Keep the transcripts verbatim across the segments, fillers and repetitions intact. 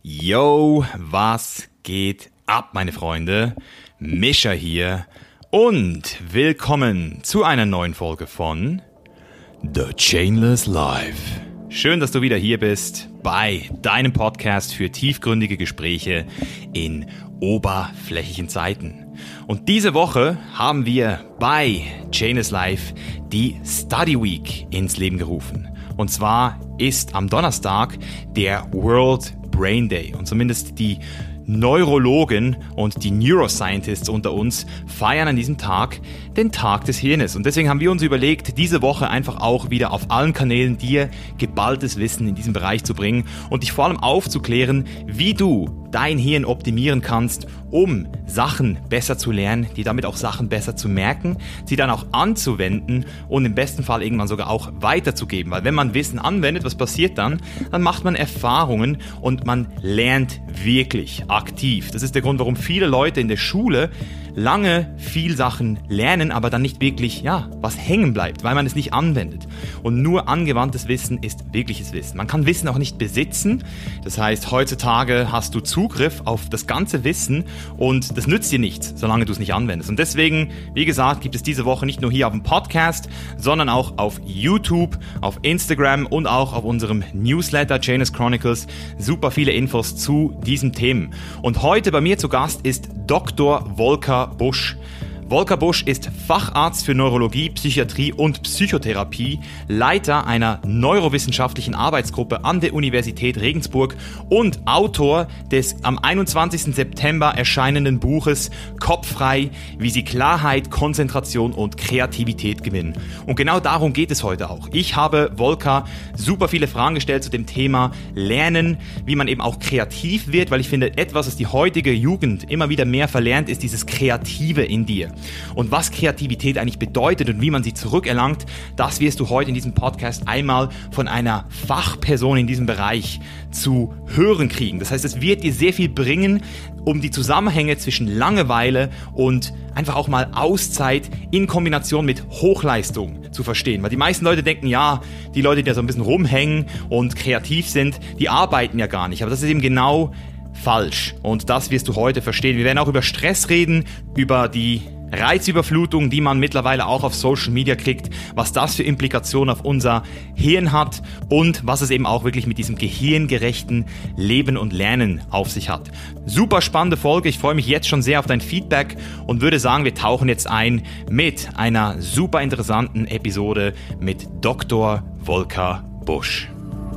Yo, was geht ab, meine Freunde? Mischa hier und willkommen zu einer neuen Folge von The Chainless Life. Schön, dass du wieder hier bist bei deinem Podcast für tiefgründige Gespräche in oberflächlichen Zeiten. Und diese Woche haben wir bei Chainless Life die Study Week ins Leben gerufen. Und zwar ist am Donnerstag der World Brain Day und zumindest die Neurologen und die Neuroscientists unter uns feiern an diesem Tag den Tag des Hirnes. Und deswegen haben wir uns überlegt, diese Woche einfach auch wieder auf allen Kanälen dir geballtes Wissen in diesem Bereich zu bringen und dich vor allem aufzuklären, wie du dein Hirn optimieren kannst, um Sachen besser zu lernen, die damit auch Sachen besser zu merken, sie dann auch anzuwenden und im besten Fall irgendwann sogar auch weiterzugeben. Weil wenn man Wissen anwendet, was passiert dann? Dann macht man Erfahrungen und man lernt wirklich aktiv. Das ist der Grund, warum viele Leute in der Schule lange viel Sachen lernen, aber dann nicht wirklich, ja, was hängen bleibt, weil man es nicht anwendet. Und nur angewandtes Wissen ist wirkliches Wissen. Man kann Wissen auch nicht besitzen. Das heißt, heutzutage hast du Zugriff auf das ganze Wissen und das nützt dir nichts, solange du es nicht anwendest. Und deswegen, wie gesagt, gibt es diese Woche nicht nur hier auf dem Podcast, sondern auch auf YouTube, auf Instagram und auch auf unserem Newsletter Chainless Chronicles super viele Infos zu diesen Themen. Und heute bei mir zu Gast ist Doktor Volker Busch. Volker Busch ist Facharzt für Neurologie, Psychiatrie und Psychotherapie, Leiter einer neurowissenschaftlichen Arbeitsgruppe an der Universität Regensburg und Autor des am einundzwanzigsten September erscheinenden Buches Kopffrei, wie Sie Klarheit, Konzentration und Kreativität gewinnen. Und genau darum geht es heute auch. Ich habe Volker super viele Fragen gestellt zu dem Thema Lernen, wie man eben auch kreativ wird, weil ich finde, etwas, was die heutige Jugend immer wieder mehr verlernt, ist dieses Kreative in dir. Und was Kreativität eigentlich bedeutet und wie man sie zurückerlangt, das wirst du heute in diesem Podcast einmal von einer Fachperson in diesem Bereich zu hören kriegen. Das heißt, es wird dir sehr viel bringen, um die Zusammenhänge zwischen Langeweile und einfach auch mal Auszeit in Kombination mit Hochleistung zu verstehen. Weil die meisten Leute denken, ja, die Leute, die da so ein bisschen rumhängen und kreativ sind, die arbeiten ja gar nicht. Aber das ist eben genau falsch. Und das wirst du heute verstehen. Wir werden auch über Stress reden, über die Reizüberflutung, die man mittlerweile auch auf Social Media kriegt, was das für Implikationen auf unser Hirn hat und was es eben auch wirklich mit diesem gehirngerechten Leben und Lernen auf sich hat. Super spannende Folge, ich freue mich jetzt schon sehr auf dein Feedback und würde sagen, wir tauchen jetzt ein mit einer super interessanten Episode mit Doktor Volker Busch.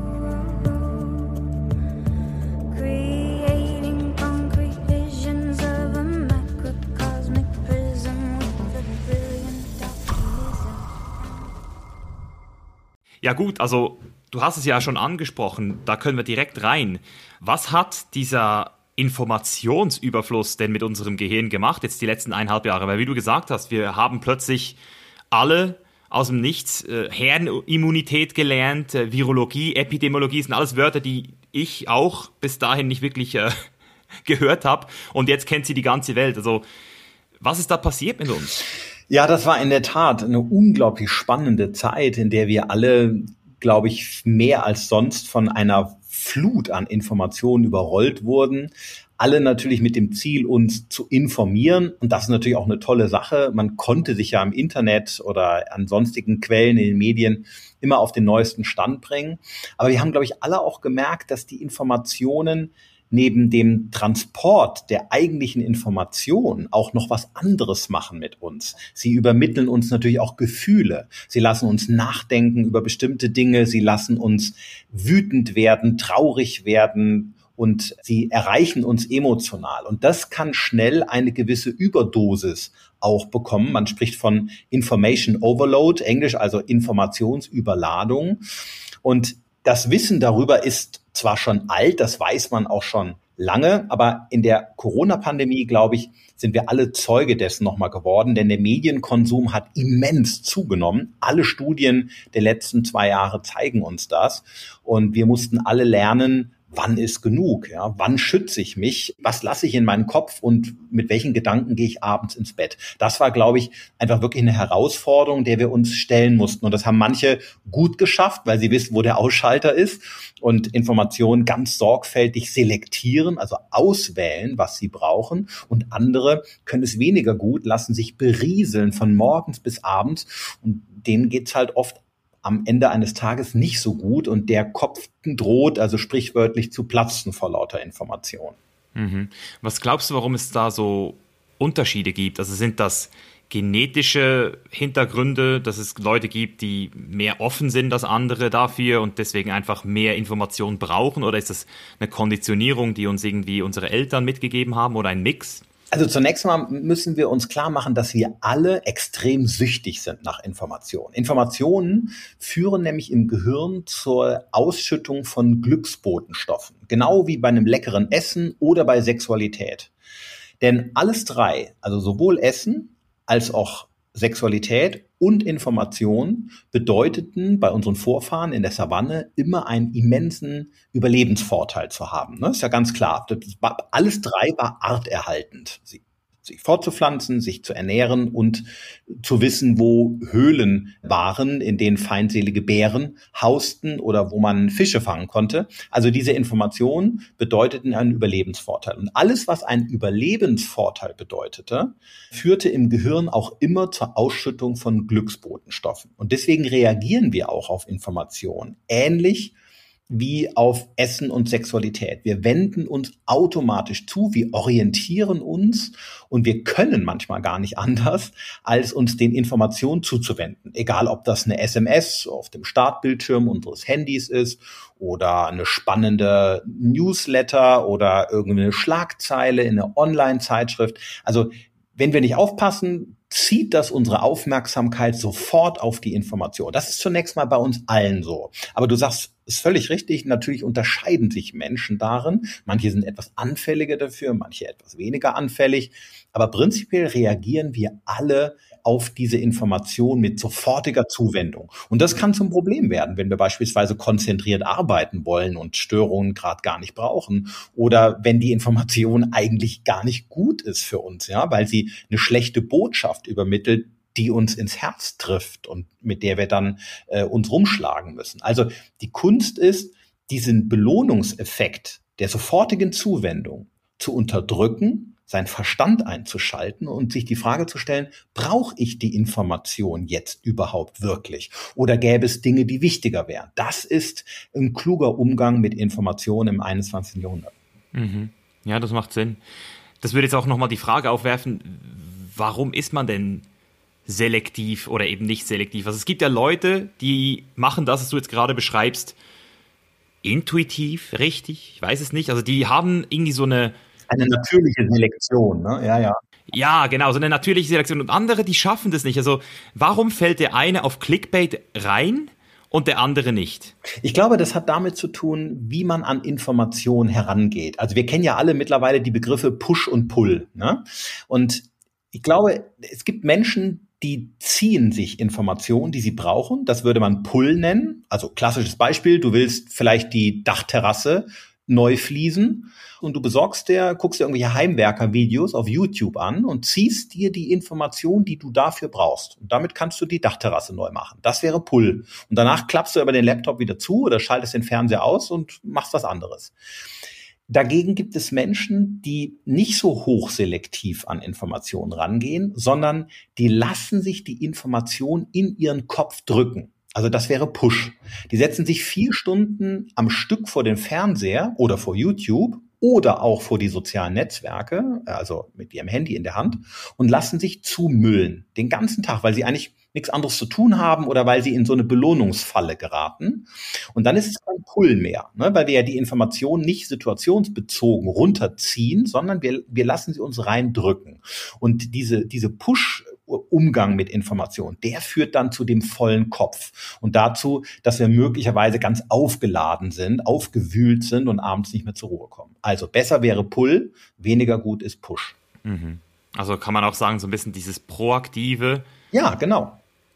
Ja gut, also du hast es ja schon angesprochen, da können wir direkt rein. Was hat dieser Informationsüberfluss denn mit unserem Gehirn gemacht, jetzt die letzten eineinhalb Jahre? Weil wie du gesagt hast, wir haben plötzlich alle aus dem Nichts äh, Herdenimmunität gelernt, äh, Virologie, Epidemiologie, sind alles Wörter, die ich auch bis dahin nicht wirklich äh, gehört habe. Und jetzt kennt sie die ganze Welt. Also was ist da passiert mit uns? Ja, das war in der Tat eine unglaublich spannende Zeit, in der wir alle, glaube ich, mehr als sonst von einer Flut an Informationen überrollt wurden. Alle natürlich mit dem Ziel, uns zu informieren. Und das ist natürlich auch eine tolle Sache. Man konnte sich ja im Internet oder an sonstigen Quellen in den Medien immer auf den neuesten Stand bringen. Aber wir haben, glaube ich, alle auch gemerkt, dass die Informationen neben dem Transport der eigentlichen Information auch noch was anderes machen mit uns. Sie übermitteln uns natürlich auch Gefühle. Sie lassen uns nachdenken über bestimmte Dinge. Sie lassen uns wütend werden, traurig werden und sie erreichen uns emotional. Und das kann schnell eine gewisse Überdosis auch bekommen. Man spricht von Information Overload, Englisch also Informationsüberladung. Und das Wissen darüber ist zwar schon alt, das weiß man auch schon lange, aber in der Corona-Pandemie, glaube ich, sind wir alle Zeuge dessen nochmal geworden, denn der Medienkonsum hat immens zugenommen. Alle Studien der letzten zwei Jahre zeigen uns das und wir mussten alle lernen, wann ist genug? Ja? Wann schütze ich mich? Was lasse ich in meinen Kopf und mit welchen Gedanken gehe ich abends ins Bett? Das war, glaube ich, einfach wirklich eine Herausforderung, der wir uns stellen mussten. Und das haben manche gut geschafft, weil sie wissen, wo der Ausschalter ist und Informationen ganz sorgfältig selektieren, also auswählen, was sie brauchen. Und andere können es weniger gut, lassen sich berieseln von morgens bis abends. Und denen geht's halt oft am Ende eines Tages nicht so gut und der Kopf droht, also sprichwörtlich zu platzen vor lauter Information. Mhm. Was glaubst du, warum es da so Unterschiede gibt? Also sind das genetische Hintergründe, dass es Leute gibt, die mehr offen sind als andere dafür und deswegen einfach mehr Informationen brauchen? Oder ist das eine Konditionierung, die uns irgendwie unsere Eltern mitgegeben haben oder ein Mix? Also zunächst mal müssen wir uns klar machen, dass wir alle extrem süchtig sind nach Informationen. Informationen führen nämlich im Gehirn zur Ausschüttung von Glücksbotenstoffen, genau wie bei einem leckeren Essen oder bei Sexualität. Denn alles drei, also sowohl Essen als auch Sexualität und Information, bedeuteten bei unseren Vorfahren in der Savanne immer einen immensen Überlebensvorteil zu haben. Das ist ja ganz klar. Das war, alles drei war arterhaltend. Sie, sich fortzupflanzen, sich zu ernähren und zu wissen, wo Höhlen waren, in denen feindselige Bären hausten oder wo man Fische fangen konnte. Also diese Informationen bedeuteten einen Überlebensvorteil. Und alles, was einen Überlebensvorteil bedeutete, führte im Gehirn auch immer zur Ausschüttung von Glücksbotenstoffen. Und deswegen reagieren wir auch auf Informationen ähnlich wie auf Essen und Sexualität. Wir wenden uns automatisch zu, wir orientieren uns und wir können manchmal gar nicht anders, als uns den Informationen zuzuwenden. Egal, ob das eine S M S auf dem Startbildschirm unseres Handys ist oder eine spannende Newsletter oder irgendeine Schlagzeile in einer Online-Zeitschrift. Also wenn wir nicht aufpassen, zieht das unsere Aufmerksamkeit sofort auf die Information. Das ist zunächst mal bei uns allen so. Aber du sagst, ist völlig richtig. Natürlich unterscheiden sich Menschen darin. Manche sind etwas anfälliger dafür, manche etwas weniger anfällig. Aber prinzipiell reagieren wir alle auf diese Information mit sofortiger Zuwendung. Und das kann zum Problem werden, wenn wir beispielsweise konzentriert arbeiten wollen und Störungen gerade gar nicht brauchen oder wenn die Information eigentlich gar nicht gut ist für uns, ja, weil sie eine schlechte Botschaft übermittelt, die uns ins Herz trifft und mit der wir dann äh, uns rumschlagen müssen. Also die Kunst ist, diesen Belohnungseffekt der sofortigen Zuwendung zu unterdrücken, seinen Verstand einzuschalten und sich die Frage zu stellen, brauche ich die Information jetzt überhaupt wirklich? Oder gäbe es Dinge, die wichtiger wären? Das ist ein kluger Umgang mit Informationen im einundzwanzigsten Jahrhundert. Mhm. Ja, das macht Sinn. Das würde jetzt auch nochmal die Frage aufwerfen, warum ist man denn selektiv oder eben nicht selektiv? Also es gibt ja Leute, die machen das, was du jetzt gerade beschreibst, intuitiv, richtig? Ich weiß es nicht. Also die haben irgendwie so eine Eine natürliche Selektion, ne? Ja, ja. Ja, genau, so eine natürliche Selektion. Und andere, die schaffen das nicht. Also warum fällt der eine auf Clickbait rein und der andere nicht? Ich glaube, das hat damit zu tun, wie man an Informationen herangeht. Also wir kennen ja alle mittlerweile die Begriffe Push und Pull, ne? Und ich glaube, es gibt Menschen, die ziehen sich Informationen, die sie brauchen. Das würde man Pull nennen. Also klassisches Beispiel, du willst vielleicht die Dachterrasse neu fließen und du besorgst dir, guckst dir irgendwelche Heimwerker-Videos auf YouTube an und ziehst dir die Information, die du dafür brauchst. Und damit kannst du die Dachterrasse neu machen. Das wäre Pull. Und danach klappst du aber den Laptop wieder zu oder schaltest den Fernseher aus und machst was anderes. Dagegen gibt es Menschen, die nicht so hochselektiv an Informationen rangehen, sondern die lassen sich die Information in ihren Kopf drücken. Also das wäre Push. Die setzen sich vier Stunden am Stück vor den Fernseher oder vor YouTube oder auch vor die sozialen Netzwerke, also mit ihrem Handy in der Hand, und lassen sich zumüllen den ganzen Tag, weil sie eigentlich nichts anderes zu tun haben oder weil sie in so eine Belohnungsfalle geraten. Und dann ist es kein Pull mehr, ne? Weil wir ja die Informationen nicht situationsbezogen runterziehen, sondern wir, wir lassen sie uns reindrücken. Und diese, diese Push- Umgang mit Informationen, der führt dann zu dem vollen Kopf und dazu, dass wir möglicherweise ganz aufgeladen sind, aufgewühlt sind und abends nicht mehr zur Ruhe kommen. Also besser wäre Pull, weniger gut ist Push. Mhm. Also kann man auch sagen, so ein bisschen dieses Proaktive. Ja, genau.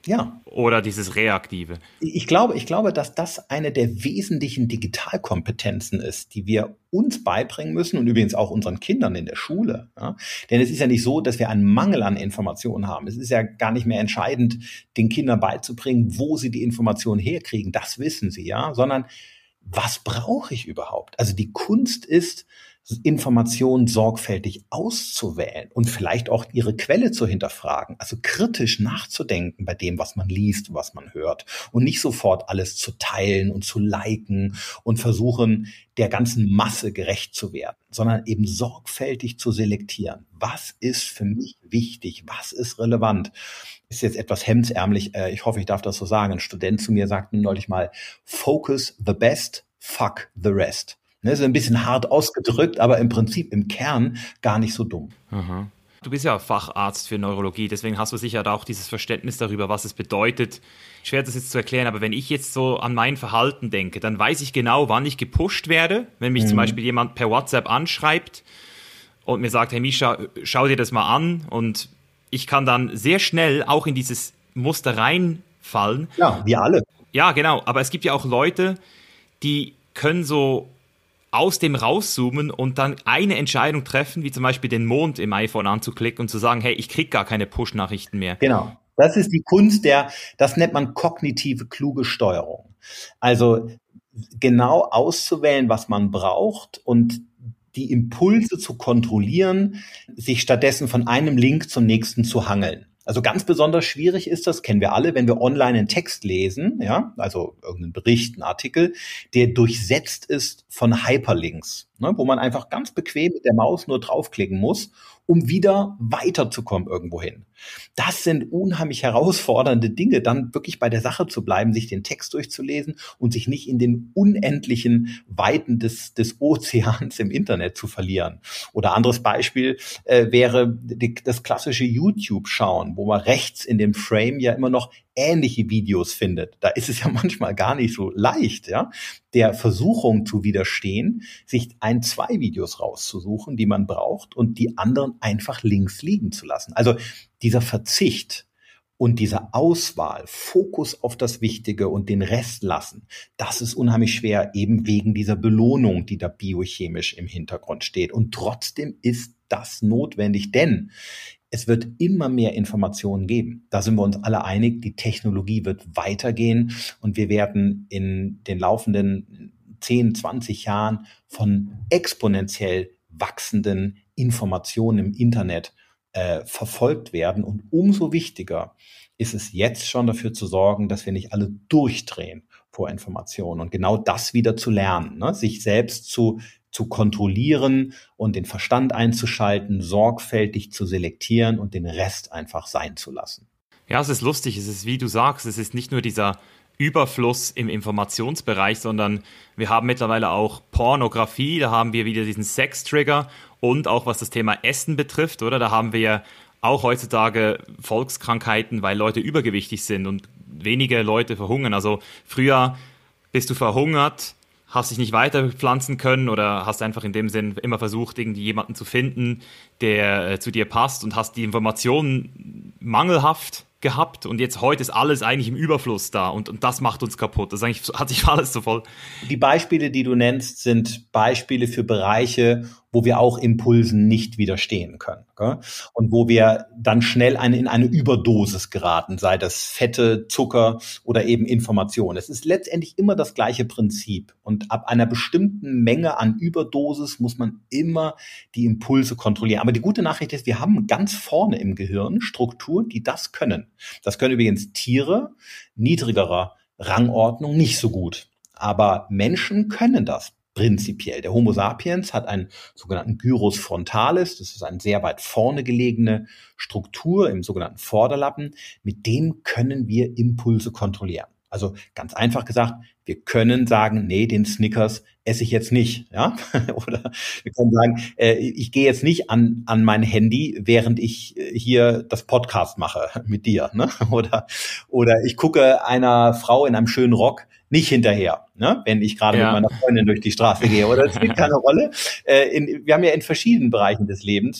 Ja. Oder dieses Reaktive? Ich glaube, ich glaube, dass das eine der wesentlichen Digitalkompetenzen ist, die wir uns beibringen müssen und übrigens auch unseren Kindern in der Schule. Ja? Denn es ist ja nicht so, dass wir einen Mangel an Informationen haben. Es ist ja gar nicht mehr entscheidend, den Kindern beizubringen, wo sie die Informationen herkriegen. Das wissen sie, ja, sondern was brauche ich überhaupt? Also die Kunst ist, Informationen sorgfältig auszuwählen und vielleicht auch ihre Quelle zu hinterfragen, also kritisch nachzudenken bei dem, was man liest, was man hört und nicht sofort alles zu teilen und zu liken und versuchen, der ganzen Masse gerecht zu werden, sondern eben sorgfältig zu selektieren. Was ist für mich wichtig? Was ist relevant? Ist jetzt etwas hemdsärmlich, äh, ich hoffe, ich darf das so sagen. Ein Student zu mir sagte neulich mal, focus the best, fuck the rest. Ne, so ein bisschen hart ausgedrückt, aber im Prinzip im Kern gar nicht so dumm. Aha. Du bist ja Facharzt für Neurologie, deswegen hast du sicher auch dieses Verständnis darüber, was es bedeutet. Schwer das jetzt zu erklären, aber wenn ich jetzt so an mein Verhalten denke, dann weiß ich genau, wann ich gepusht werde. Wenn mich mhm. zum Beispiel jemand per WhatsApp anschreibt und mir sagt, hey Mischa, schau dir das mal an, und ich kann dann sehr schnell auch in dieses Muster reinfallen. Ja, wir alle. Ja, genau, aber es gibt ja auch Leute, die können so aus dem rauszoomen und dann eine Entscheidung treffen, wie zum Beispiel den Mond im iPhone anzuklicken und zu sagen, hey, ich krieg gar keine Push-Nachrichten mehr. Genau. Das ist die Kunst der, das nennt man kognitive kluge Steuerung. Also genau auszuwählen, was man braucht und die Impulse zu kontrollieren, sich stattdessen von einem Link zum nächsten zu hangeln. Also ganz besonders schwierig ist das, kennen wir alle, wenn wir online einen Text lesen, ja, also irgendeinen Bericht, einen Artikel, der durchsetzt ist von Hyperlinks, ne, wo man einfach ganz bequem mit der Maus nur draufklicken muss, um wieder weiterzukommen irgendwo hin. Das sind unheimlich herausfordernde Dinge, dann wirklich bei der Sache zu bleiben, sich den Text durchzulesen und sich nicht in den unendlichen Weiten des, des Ozeans im Internet zu verlieren. Oder anderes Beispiel äh, wäre die, das klassische YouTube-Schauen, wo man rechts in dem Frame ja immer noch ähnliche Videos findet. Da ist es ja manchmal gar nicht so leicht, ja, der Versuchung zu widerstehen, sich ein, zwei Videos rauszusuchen, die man braucht, und die anderen einfach links liegen zu lassen. Also dieser Verzicht und diese Auswahl, Fokus auf das Wichtige und den Rest lassen, das ist unheimlich schwer, eben wegen dieser Belohnung, die da biochemisch im Hintergrund steht. Und trotzdem ist das notwendig, denn es wird immer mehr Informationen geben. Da sind wir uns alle einig, die Technologie wird weitergehen und wir werden in den laufenden zehn, zwanzig Jahren von exponentiell wachsenden Informationen im Internet äh, verfolgt werden. Und umso wichtiger ist es jetzt schon dafür zu sorgen, dass wir nicht alle durchdrehen vor Informationen und genau das wieder zu lernen, ne? Sich selbst zu zu kontrollieren und den Verstand einzuschalten, sorgfältig zu selektieren und den Rest einfach sein zu lassen. Ja, es ist lustig. Es ist, wie du sagst, es ist nicht nur dieser Überfluss im Informationsbereich, sondern wir haben mittlerweile auch Pornografie, da haben wir wieder diesen Sex-Trigger, und auch was das Thema Essen betrifft, oder? Da haben wir auch heutzutage Volkskrankheiten, weil Leute übergewichtig sind und wenige Leute verhungern. Also früher bist du verhungert, hast dich nicht weiter pflanzen können oder hast einfach in dem Sinn immer versucht, irgendwie jemanden zu finden, der äh, zu dir passt, und hast die Informationen mangelhaft gehabt, und jetzt heute ist alles eigentlich im Überfluss da, und, und das macht uns kaputt. Das ist eigentlich, hat sich alles so voll. Die Beispiele, die du nennst, sind Beispiele für Bereiche, wo wir auch Impulsen nicht widerstehen können. Gell? Und wo wir dann schnell eine, in eine Überdosis geraten, sei das Fette, Zucker oder eben Information. Es ist letztendlich immer das gleiche Prinzip. Und ab einer bestimmten Menge an Überdosis muss man immer die Impulse kontrollieren. Aber die gute Nachricht ist, wir haben ganz vorne im Gehirn Strukturen, die das können. Das können übrigens Tiere niedrigerer Rangordnung nicht so gut. Aber Menschen können das prinzipiell. Der Homo sapiens hat einen sogenannten Gyrus frontalis. Das ist eine sehr weit vorne gelegene Struktur im sogenannten Vorderlappen. Mit dem können wir Impulse kontrollieren. Also ganz einfach gesagt, wir können sagen, nee, den Snickers esse ich jetzt nicht, ja? Oder wir können sagen, äh, ich gehe jetzt nicht an an mein Handy, während ich äh, hier das Podcast mache mit dir, ne? Oder oder ich gucke einer Frau in einem schönen Rock nicht hinterher, ne? Wenn ich gerade ja. mit meiner Freundin durch die Straße gehe. Oder das spielt keine Rolle. Äh, in, wir haben ja in verschiedenen Bereichen des Lebens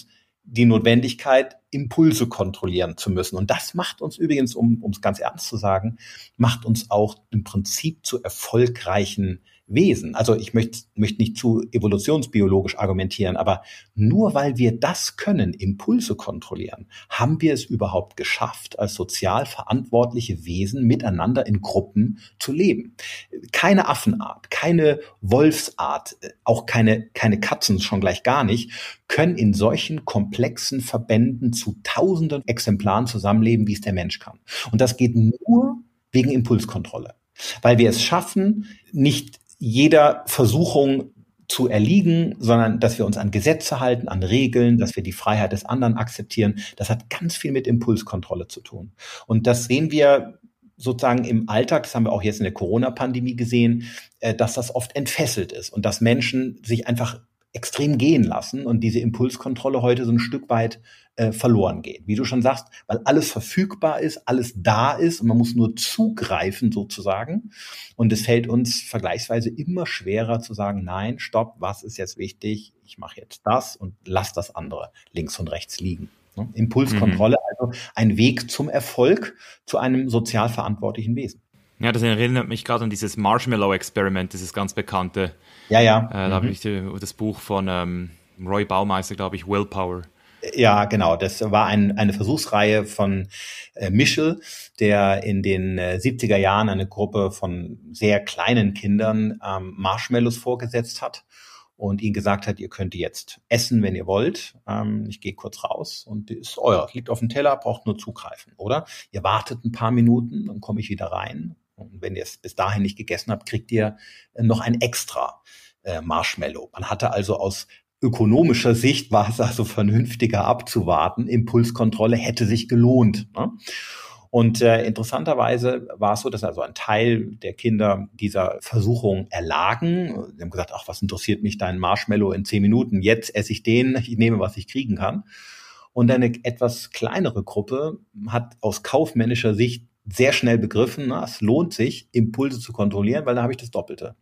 die Notwendigkeit, Impulse kontrollieren zu müssen. Und das macht uns übrigens, um um es ganz ernst zu sagen, macht uns auch im Prinzip zu erfolgreichen Wesen. Also ich möchte, möchte nicht zu evolutionsbiologisch argumentieren, aber nur weil wir das können, Impulse kontrollieren, haben wir es überhaupt geschafft, als sozial verantwortliche Wesen miteinander in Gruppen zu leben. Keine Affenart, keine Wolfsart, auch keine, keine Katzen, schon gleich gar nicht, können in solchen komplexen Verbänden zu tausenden Exemplaren zusammenleben, wie es der Mensch kann. Und das geht nur wegen Impulskontrolle, weil wir es schaffen, nicht jeder Versuchung zu erliegen, sondern dass wir uns an Gesetze halten, an Regeln, dass wir die Freiheit des anderen akzeptieren. Das hat ganz viel mit Impulskontrolle zu tun. Und das sehen wir sozusagen im Alltag, das haben wir auch jetzt in der Corona-Pandemie gesehen, dass das oft entfesselt ist und dass Menschen sich einfach extrem gehen lassen und diese Impulskontrolle heute so ein Stück weit äh, verloren geht. Wie du schon sagst, weil alles verfügbar ist, alles da ist und man muss nur zugreifen sozusagen. Und es fällt uns vergleichsweise immer schwerer zu sagen, nein, stopp, was ist jetzt wichtig? Ich mache jetzt das und lass das andere links und rechts liegen. Ne? Impulskontrolle, mhm. also ein Weg zum Erfolg, zu einem sozial verantwortlichen Wesen. Ja, das erinnert mich gerade an dieses Marshmallow-Experiment, dieses ganz bekannte. Ja, ja. Äh, da mhm. habe ich die, das Buch von ähm, Roy Baumeister, glaube ich, Willpower. Ja, genau. Das war ein, eine Versuchsreihe von äh, Mischel, der in den äh, siebziger Jahren eine Gruppe von sehr kleinen Kindern ähm, Marshmallows vorgesetzt hat und ihnen gesagt hat, ihr könnt die jetzt essen, wenn ihr wollt. Ähm, ich gehe kurz raus und die ist euer. Liegt auf dem Teller, braucht nur zugreifen. Oder ihr wartet ein paar Minuten, dann komme ich wieder rein. Und wenn ihr es bis dahin nicht gegessen habt, kriegt ihr noch ein extra äh, Marshmallow. Man hatte also aus ökonomischer Sicht, war es also vernünftiger abzuwarten. Impulskontrolle hätte sich gelohnt. Ne? Und äh, interessanterweise war es so, dass also ein Teil der Kinder dieser Versuchung erlagen. Sie haben gesagt, ach, was interessiert mich dein Marshmallow in zehn Minuten? Jetzt esse ich den, ich nehme, was ich kriegen kann. Und eine etwas kleinere Gruppe hat aus kaufmännischer Sicht sehr schnell begriffen, na, es lohnt sich, Impulse zu kontrollieren, weil da habe ich das Doppelte.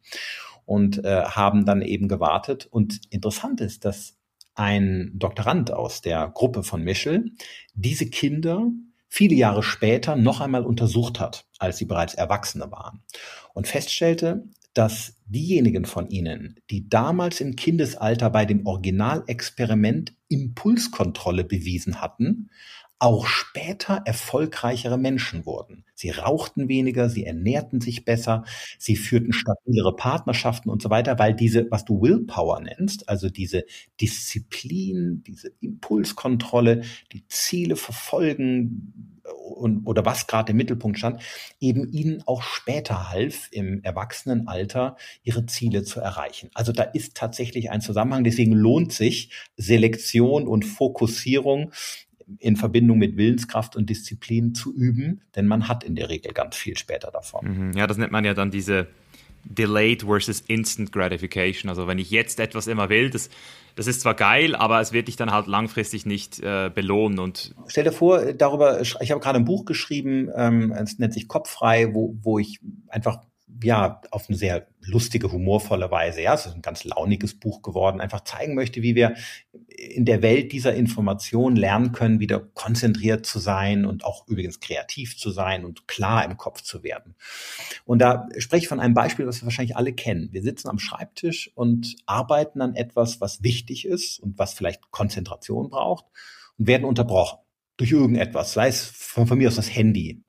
Und äh, haben dann eben gewartet. Und interessant ist, dass ein Doktorand aus der Gruppe von Mischel diese Kinder viele Jahre später noch einmal untersucht hat, als sie bereits Erwachsene waren. Und feststellte, dass diejenigen von ihnen, die damals im Kindesalter bei dem Originalexperiment Impulskontrolle bewiesen hatten, auch später erfolgreichere Menschen wurden. Sie rauchten weniger, sie ernährten sich besser, sie führten stabilere Partnerschaften und so weiter, weil diese, was du Willpower nennst, also diese Disziplin, diese Impulskontrolle, die Ziele verfolgen und, oder was gerade im Mittelpunkt stand, eben ihnen auch später half, im Erwachsenenalter ihre Ziele zu erreichen. Also da ist tatsächlich ein Zusammenhang, deswegen lohnt sich Selektion und Fokussierung in Verbindung mit Willenskraft und Disziplin zu üben, denn man hat in der Regel ganz viel später davon. Ja, das nennt man ja dann diese Delayed versus Instant Gratification. Also wenn ich jetzt etwas immer will, das, das ist zwar geil, aber es wird dich dann halt langfristig nicht äh, belohnen. Und stell dir vor, darüber, ich habe gerade ein Buch geschrieben, ähm, es nennt sich Kopffrei, wo, wo ich einfach ja, auf eine sehr lustige, humorvolle Weise, ja, es ist ein ganz launiges Buch geworden, einfach zeigen möchte, wie wir in der Welt dieser Information lernen können, wieder konzentriert zu sein und auch übrigens kreativ zu sein und klar im Kopf zu werden. Und da spreche ich von einem Beispiel, was wir wahrscheinlich alle kennen. Wir sitzen am Schreibtisch und arbeiten an etwas, was wichtig ist und was vielleicht Konzentration braucht und werden unterbrochen durch irgendetwas, sei es von, von mir aus das Handy.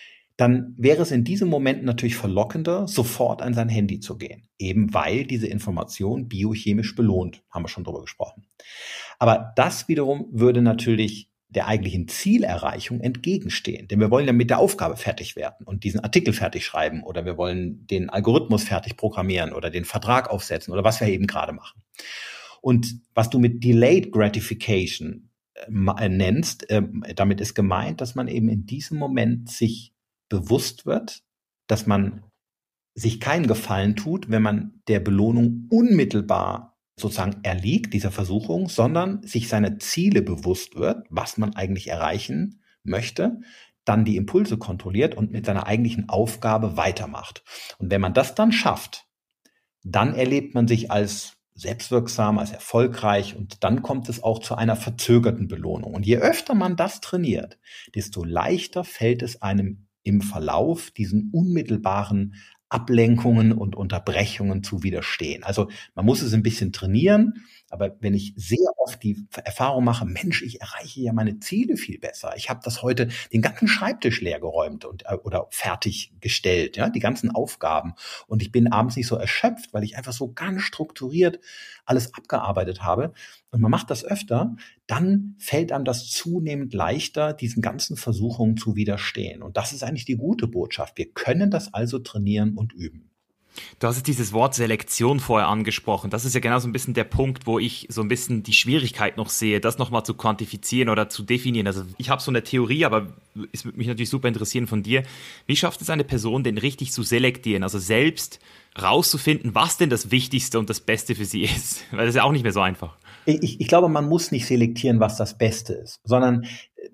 Dann wäre es in diesem Moment natürlich verlockender, sofort an sein Handy zu gehen. Eben weil diese Information biochemisch belohnt. Haben wir schon drüber gesprochen. Aber das wiederum würde natürlich der eigentlichen Zielerreichung entgegenstehen. Denn wir wollen ja mit der Aufgabe fertig werden und diesen Artikel fertig schreiben oder wir wollen den Algorithmus fertig programmieren oder den Vertrag aufsetzen oder was wir eben gerade machen. Und was du mit Delayed Gratification äh, nennst, äh, damit ist gemeint, dass man eben in diesem Moment sich bewusst wird, dass man sich keinen Gefallen tut, wenn man der Belohnung unmittelbar sozusagen erliegt, dieser Versuchung, sondern sich seine Ziele bewusst wird, was man eigentlich erreichen möchte, dann die Impulse kontrolliert und mit seiner eigentlichen Aufgabe weitermacht. Und wenn man das dann schafft, dann erlebt man sich als selbstwirksam, als erfolgreich und dann kommt es auch zu einer verzögerten Belohnung. Und je öfter man das trainiert, desto leichter fällt es einem im Verlauf diesen unmittelbaren Ablenkungen und Unterbrechungen zu widerstehen. Also man muss es ein bisschen trainieren, aber wenn ich sehr oft die Erfahrung mache, Mensch, ich erreiche ja meine Ziele viel besser. Ich habe das heute den ganzen Schreibtisch leergeräumt und oder fertiggestellt, ja, die ganzen Aufgaben. Und ich bin abends nicht so erschöpft, weil ich einfach so ganz strukturiert alles abgearbeitet habe. Und man macht das öfter, dann fällt einem das zunehmend leichter, diesen ganzen Versuchungen zu widerstehen. Und das ist eigentlich die gute Botschaft. Wir können das also trainieren und üben. Du hast jetzt dieses Wort Selektion vorher angesprochen. Das ist ja genau so ein bisschen der Punkt, wo ich so ein bisschen die Schwierigkeit noch sehe, das nochmal zu quantifizieren oder zu definieren. Also ich habe so eine Theorie, aber es würde mich natürlich super interessieren von dir. Wie schafft es eine Person, den richtig zu selektieren? Also selbst rauszufinden, was denn das Wichtigste und das Beste für sie ist? Weil das ist ja auch nicht mehr so einfach. Ich, ich glaube, man muss nicht selektieren, was das Beste ist, sondern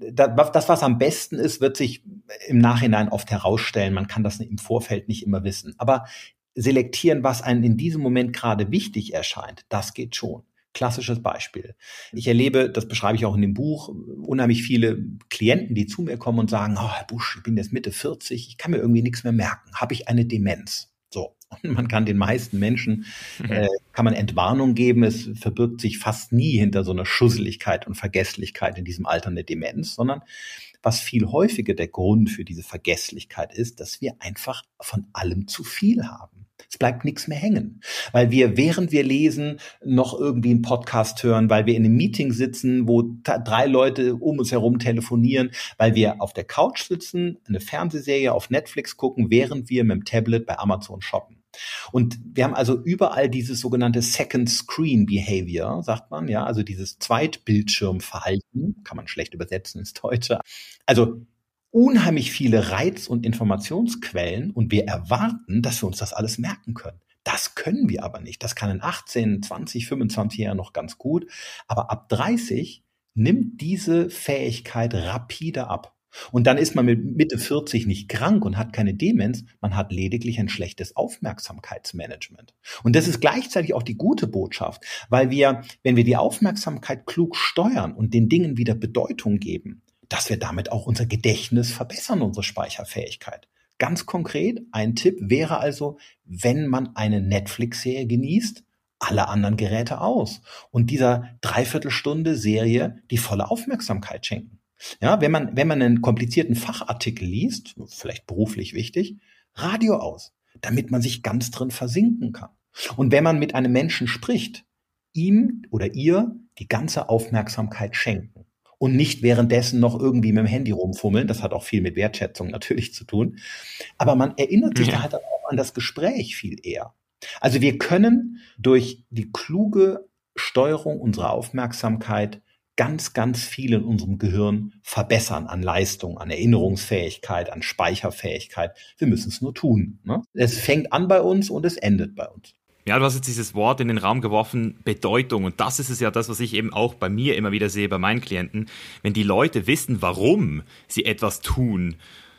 das, was am besten ist, wird sich im Nachhinein oft herausstellen. Man kann das im Vorfeld nicht immer wissen. Aber selektieren, was einem in diesem Moment gerade wichtig erscheint, das geht schon. Klassisches Beispiel. Ich erlebe, das beschreibe ich auch in dem Buch, unheimlich viele Klienten, die zu mir kommen und sagen, oh, Herr Busch, ich bin jetzt Mitte vierzig, ich kann mir irgendwie nichts mehr merken. Habe ich eine Demenz? So. Und man kann den meisten Menschen, äh, kann man Entwarnung geben. Es verbirgt sich fast nie hinter so einer Schusseligkeit und Vergesslichkeit in diesem Alter eine Demenz, sondern was viel häufiger der Grund für diese Vergesslichkeit ist, dass wir einfach von allem zu viel haben. Es bleibt nichts mehr hängen, weil wir, während wir lesen, noch irgendwie einen Podcast hören, weil wir in einem Meeting sitzen, wo t- drei Leute um uns herum telefonieren, weil wir auf der Couch sitzen, eine Fernsehserie auf Netflix gucken, während wir mit dem Tablet bei Amazon shoppen. Und wir haben also überall dieses sogenannte Second Screen Behavior, sagt man, ja, also dieses Zweitbildschirmverhalten, kann man schlecht übersetzen ins Deutsche. Also unheimlich viele Reiz- und Informationsquellen und wir erwarten, dass wir uns das alles merken können. Das können wir aber nicht. Das kann in achtzehn, zwanzig, fünfundzwanzig Jahren noch ganz gut. Aber ab dreißig nimmt diese Fähigkeit rapide ab. Und dann ist man mit Mitte vierzig nicht krank und hat keine Demenz, man hat lediglich ein schlechtes Aufmerksamkeitsmanagement. Und das ist gleichzeitig auch die gute Botschaft, weil wir, wenn wir die Aufmerksamkeit klug steuern und den Dingen wieder Bedeutung geben, dass wir damit auch unser Gedächtnis verbessern, unsere Speicherfähigkeit. Ganz konkret, ein Tipp wäre also, wenn man eine Netflix-Serie genießt, alle anderen Geräte aus und dieser Dreiviertelstunde Serie die volle Aufmerksamkeit schenken. Ja, wenn man, wenn man einen komplizierten Fachartikel liest, vielleicht beruflich wichtig, Radio aus, damit man sich ganz drin versinken kann. Und wenn man mit einem Menschen spricht, ihm oder ihr die ganze Aufmerksamkeit schenken. Und nicht währenddessen noch irgendwie mit dem Handy rumfummeln. Das hat auch viel mit Wertschätzung natürlich zu tun. Aber man erinnert sich ja. da halt auch an das Gespräch viel eher. Also wir können durch die kluge Steuerung unserer Aufmerksamkeit ganz, ganz viel in unserem Gehirn verbessern an Leistung, an Erinnerungsfähigkeit, an Speicherfähigkeit. Wir müssen es nur tun. Ne? Es fängt an bei uns und es endet bei uns. Ja, du hast jetzt dieses Wort in den Raum geworfen, Bedeutung. Und das ist es ja das, was ich eben auch bei mir immer wieder sehe, bei meinen Klienten. Wenn die Leute wissen, warum sie etwas tun,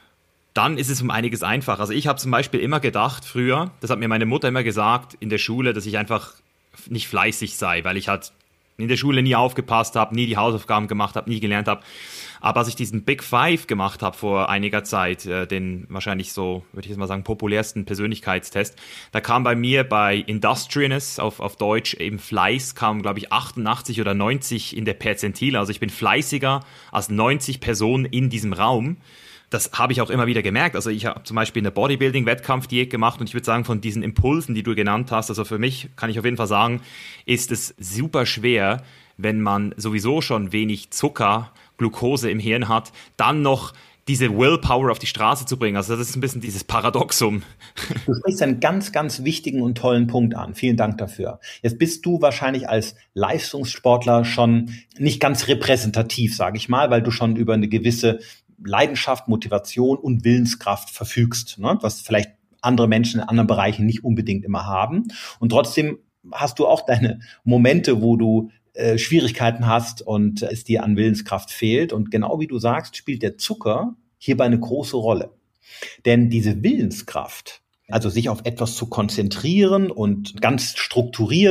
dann ist es um einiges einfacher. Also ich habe zum Beispiel immer gedacht früher, das hat mir meine Mutter immer gesagt in der Schule, dass ich einfach nicht fleißig sei, weil ich halt in der Schule nie aufgepasst habe, nie die Hausaufgaben gemacht habe, nie gelernt habe. Aber als ich diesen Big Five gemacht habe vor einiger Zeit, äh, den wahrscheinlich so, würde ich jetzt mal sagen, populärsten Persönlichkeitstest, da kam bei mir bei Industriousness, auf, auf Deutsch eben Fleiß, kam glaube ich achtundachtzig oder neunzig in der Perzentile. Also ich bin fleißiger als neunzig Personen in diesem Raum. Das habe ich auch immer wieder gemerkt. Also ich habe zum Beispiel eine Bodybuilding-Wettkampfdiät gemacht und ich würde sagen, von diesen Impulsen, die du genannt hast, also für mich kann ich auf jeden Fall sagen, ist es super schwer, wenn man sowieso schon wenig Zucker, Glucose im Hirn hat, dann noch diese Willpower auf die Straße zu bringen. Also das ist ein bisschen dieses Paradoxum. Du sprichst einen ganz, ganz wichtigen und tollen Punkt an. Vielen Dank dafür. Jetzt bist du wahrscheinlich als Leistungssportler schon nicht ganz repräsentativ, sage ich mal, weil du schon über eine gewisse Leidenschaft, Motivation und Willenskraft verfügst, ne? Was vielleicht andere Menschen in anderen Bereichen nicht unbedingt immer haben. Und trotzdem hast du auch deine Momente, wo du äh, Schwierigkeiten hast und es dir an Willenskraft fehlt. Und genau wie du sagst, spielt der Zucker hierbei eine große Rolle. Denn diese Willenskraft, also sich auf etwas zu konzentrieren und ganz strukturiert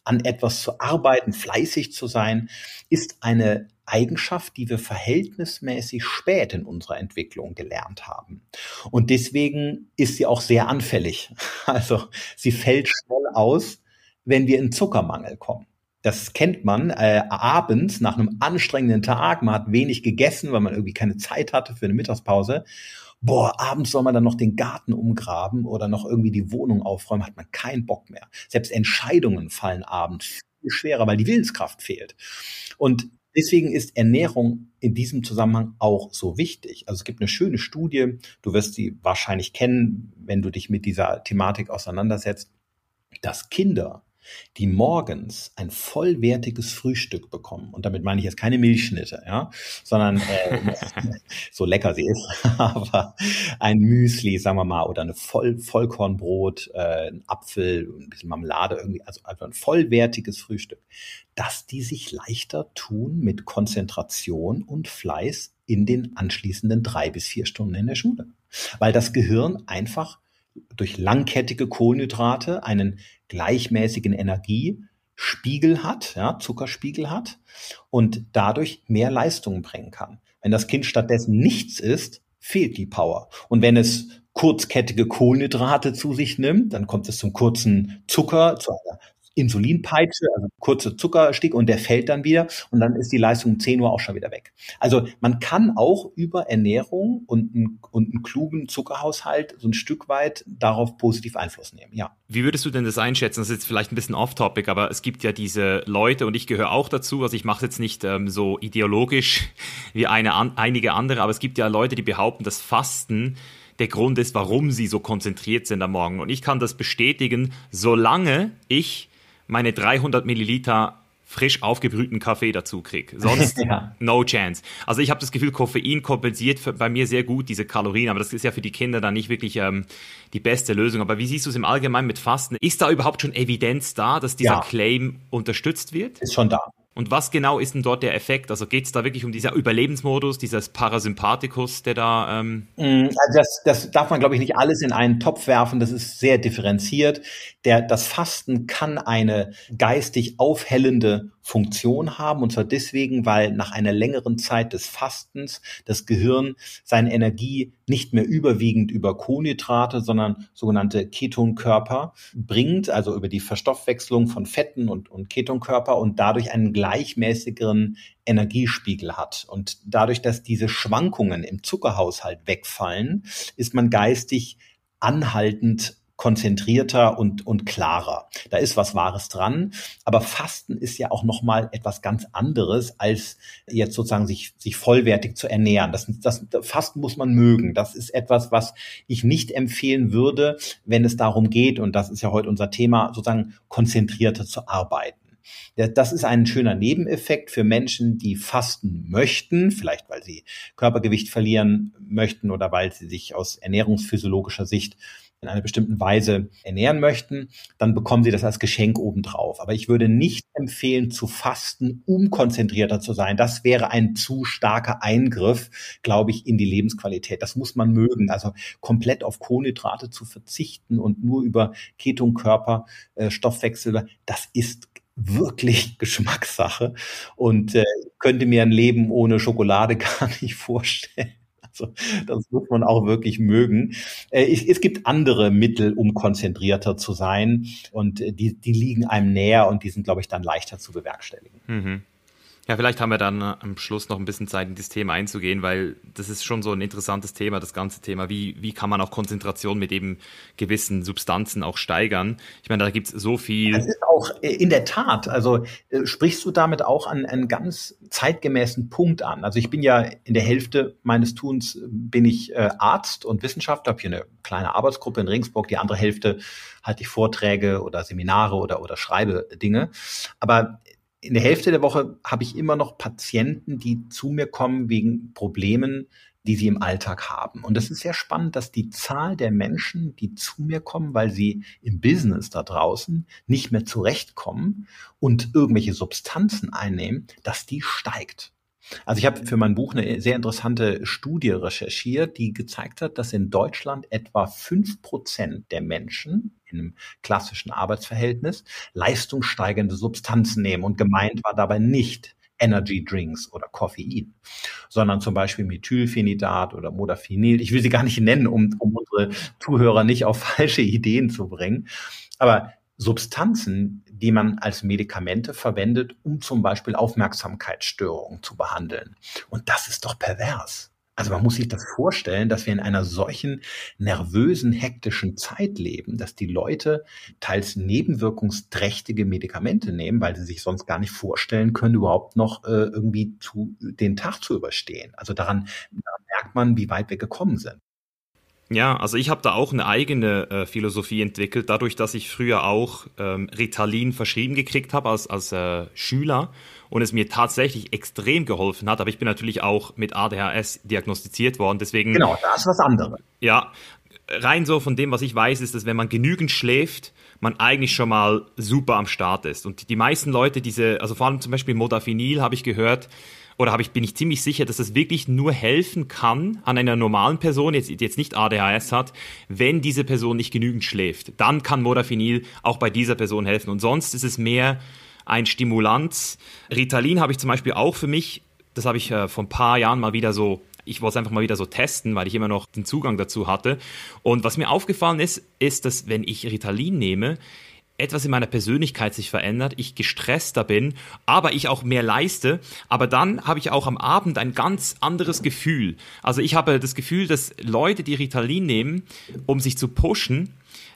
an etwas zu arbeiten, fleißig zu sein, ist eine Eigenschaft, die wir verhältnismäßig spät in unserer Entwicklung gelernt haben. Und deswegen ist sie auch sehr anfällig. Also sie fällt schnell aus, wenn wir in Zuckermangel kommen. Das kennt man äh, abends nach einem anstrengenden Tag. Man hat wenig gegessen, weil man irgendwie keine Zeit hatte für eine Mittagspause. Boah, abends soll man dann noch den Garten umgraben oder noch irgendwie die Wohnung aufräumen, hat man keinen Bock mehr. Selbst Entscheidungen fallen abends viel schwerer, weil die Willenskraft fehlt. Und deswegen ist Ernährung in diesem Zusammenhang auch so wichtig. Also es gibt eine schöne Studie, du wirst sie wahrscheinlich kennen, wenn du dich mit dieser Thematik auseinandersetzt, dass Kinder, die morgens ein vollwertiges Frühstück bekommen, und damit meine ich jetzt keine Milchschnitte, ja, sondern äh, so lecker sie ist, aber ein Müsli, sagen wir mal, oder eine Voll Vollkornbrot, äh, ein Apfel, ein bisschen Marmelade, irgendwie, also einfach ein vollwertiges Frühstück, dass die sich leichter tun mit Konzentration und Fleiß in den anschließenden drei bis vier Stunden in der Schule, weil das Gehirn einfach durch langkettige Kohlenhydrate einen gleichmäßigen Energiespiegel hat, ja, Zuckerspiegel hat und dadurch mehr Leistungen bringen kann. Wenn das Kind stattdessen nichts isst, fehlt die Power. Und wenn es kurzkettige Kohlenhydrate zu sich nimmt, dann kommt es zum kurzen Zucker, zu einer Insulinpeitsche, also kurze Zuckerstick, und der fällt dann wieder und dann ist die Leistung um zehn Uhr auch schon wieder weg. Also man kann auch über Ernährung und, ein, und einen klugen Zuckerhaushalt so ein Stück weit darauf positiv Einfluss nehmen, ja. Wie würdest du denn das einschätzen? Das ist jetzt vielleicht ein bisschen off-topic, aber es gibt ja diese Leute, und ich gehöre auch dazu, also ich mache es jetzt nicht ähm, so ideologisch wie eine, an, einige andere, aber es gibt ja Leute, die behaupten, dass Fasten der Grund ist, warum sie so konzentriert sind am Morgen. Und ich kann das bestätigen, solange ich meine dreihundert Milliliter frisch aufgebrühten Kaffee dazu kriege. Sonst ja. No chance. Also ich habe das Gefühl, Koffein kompensiert für, bei mir sehr gut diese Kalorien, aber das ist ja für die Kinder dann nicht wirklich ähm, die beste Lösung. Aber wie siehst du es im Allgemeinen mit Fasten? Ist da überhaupt schon Evidenz da, dass dieser ja. Claim unterstützt wird? Ist schon da. Und was genau ist denn dort der Effekt? Also geht es da wirklich um dieser Überlebensmodus, dieses Parasympathikus, der da... Ähm also das, das darf man, glaube ich, nicht alles in einen Topf werfen. Das ist sehr differenziert. Der, das Fasten kann eine geistig aufhellende Funktion haben. Und zwar deswegen, weil nach einer längeren Zeit des Fastens das Gehirn seine Energie nicht mehr überwiegend über Kohlenhydrate, sondern sogenannte Ketonkörper bringt, also über die Verstoffwechslung von Fetten und, und Ketonkörper, und dadurch einen gleichmäßigeren Energiespiegel hat. Und dadurch, dass diese Schwankungen im Zuckerhaushalt wegfallen, ist man geistig anhaltend konzentrierter und, und klarer. Da ist was Wahres dran. Aber Fasten ist ja auch nochmal etwas ganz anderes, als jetzt sozusagen sich, sich vollwertig zu ernähren. Das, das Fasten muss man mögen. Das ist etwas, was ich nicht empfehlen würde, wenn es darum geht, und das ist ja heute unser Thema, sozusagen konzentrierter zu arbeiten. Das ist ein schöner Nebeneffekt für Menschen, die fasten möchten, vielleicht weil sie Körpergewicht verlieren möchten oder weil sie sich aus ernährungsphysiologischer Sicht in einer bestimmten Weise ernähren möchten, dann bekommen sie das als Geschenk obendrauf. Aber ich würde nicht empfehlen, zu fasten, um konzentrierter zu sein. Das wäre ein zu starker Eingriff, glaube ich, in die Lebensqualität. Das muss man mögen. Also komplett auf Kohlenhydrate zu verzichten und nur über Ketonkörper, äh, Stoffwechsel, das ist wirklich Geschmackssache, und äh, könnte mir ein Leben ohne Schokolade gar nicht vorstellen. Also das muss man auch wirklich mögen. Äh, es, es gibt andere Mittel, um konzentrierter zu sein, und äh, die, die liegen einem näher und die sind, glaube ich, dann leichter zu bewerkstelligen. Mhm. Ja, vielleicht haben wir dann am Schluss noch ein bisschen Zeit, in das Thema einzugehen, weil das ist schon so ein interessantes Thema, das ganze Thema. Wie, wie kann man auch Konzentration mit eben gewissen Substanzen auch steigern? Ich meine, da gibt es so viel. Das ist auch in der Tat, also äh, sprichst du damit auch an einen ganz zeitgemäßen Punkt an. Also ich bin ja in der Hälfte meines Tuns bin ich äh, Arzt und Wissenschaftler, habe hier eine kleine Arbeitsgruppe in Regensburg, die andere Hälfte halte ich Vorträge oder Seminare oder, oder schreibe Dinge. Aber in der Hälfte der Woche habe ich immer noch Patienten, die zu mir kommen wegen Problemen, die sie im Alltag haben. Und das ist sehr spannend, dass die Zahl der Menschen, die zu mir kommen, weil sie im Business da draußen nicht mehr zurechtkommen und irgendwelche Substanzen einnehmen, dass die steigt. Also ich habe für mein Buch eine sehr interessante Studie recherchiert, die gezeigt hat, dass in Deutschland etwa fünf Prozent der Menschen in einem klassischen Arbeitsverhältnis leistungssteigernde Substanzen nehmen. Und gemeint war dabei nicht Energy Drinks oder Koffein, sondern zum Beispiel Methylphenidat oder Modafinil. Ich will sie gar nicht nennen, um, um unsere Zuhörer nicht auf falsche Ideen zu bringen. Aber Substanzen, die man als Medikamente verwendet, um zum Beispiel Aufmerksamkeitsstörungen zu behandeln. Und das ist doch pervers. Also man muss sich das vorstellen, dass wir in einer solchen nervösen, hektischen Zeit leben, dass die Leute teils nebenwirkungsträchtige Medikamente nehmen, weil sie sich sonst gar nicht vorstellen können, überhaupt noch äh, irgendwie zu, den Tag zu überstehen. Also daran, daran merkt man, wie weit wir gekommen sind. Ja, also ich habe da auch eine eigene äh, Philosophie entwickelt, dadurch, dass ich früher auch ähm, Ritalin verschrieben gekriegt habe als, als äh, Schüler und es mir tatsächlich extrem geholfen hat, aber ich bin natürlich auch mit A D H S diagnostiziert worden, deswegen... Genau, das ist was anderes. Ja, rein so von dem, was ich weiß, ist, dass wenn man genügend schläft, man eigentlich schon mal super am Start ist. Und die meisten Leute, diese, also vor allem zum Beispiel Modafinil habe ich gehört, oder habe ich, bin ich ziemlich sicher, dass das wirklich nur helfen kann an einer normalen Person, jetzt, jetzt nicht A D H S hat, wenn diese Person nicht genügend schläft. Dann kann Modafinil auch bei dieser Person helfen. Und sonst ist es mehr ein Stimulanz. Ritalin habe ich zum Beispiel auch für mich, das habe ich äh, vor ein paar Jahren mal wieder so, ich wollte es einfach mal wieder so testen, weil ich immer noch den Zugang dazu hatte. Und was mir aufgefallen ist, ist, dass wenn ich Ritalin nehme, etwas in meiner Persönlichkeit sich verändert, ich gestresster bin, aber ich auch mehr leiste, aber dann habe ich auch am Abend ein ganz anderes Gefühl. Also ich habe das Gefühl, dass Leute, die Ritalin nehmen, um sich zu pushen,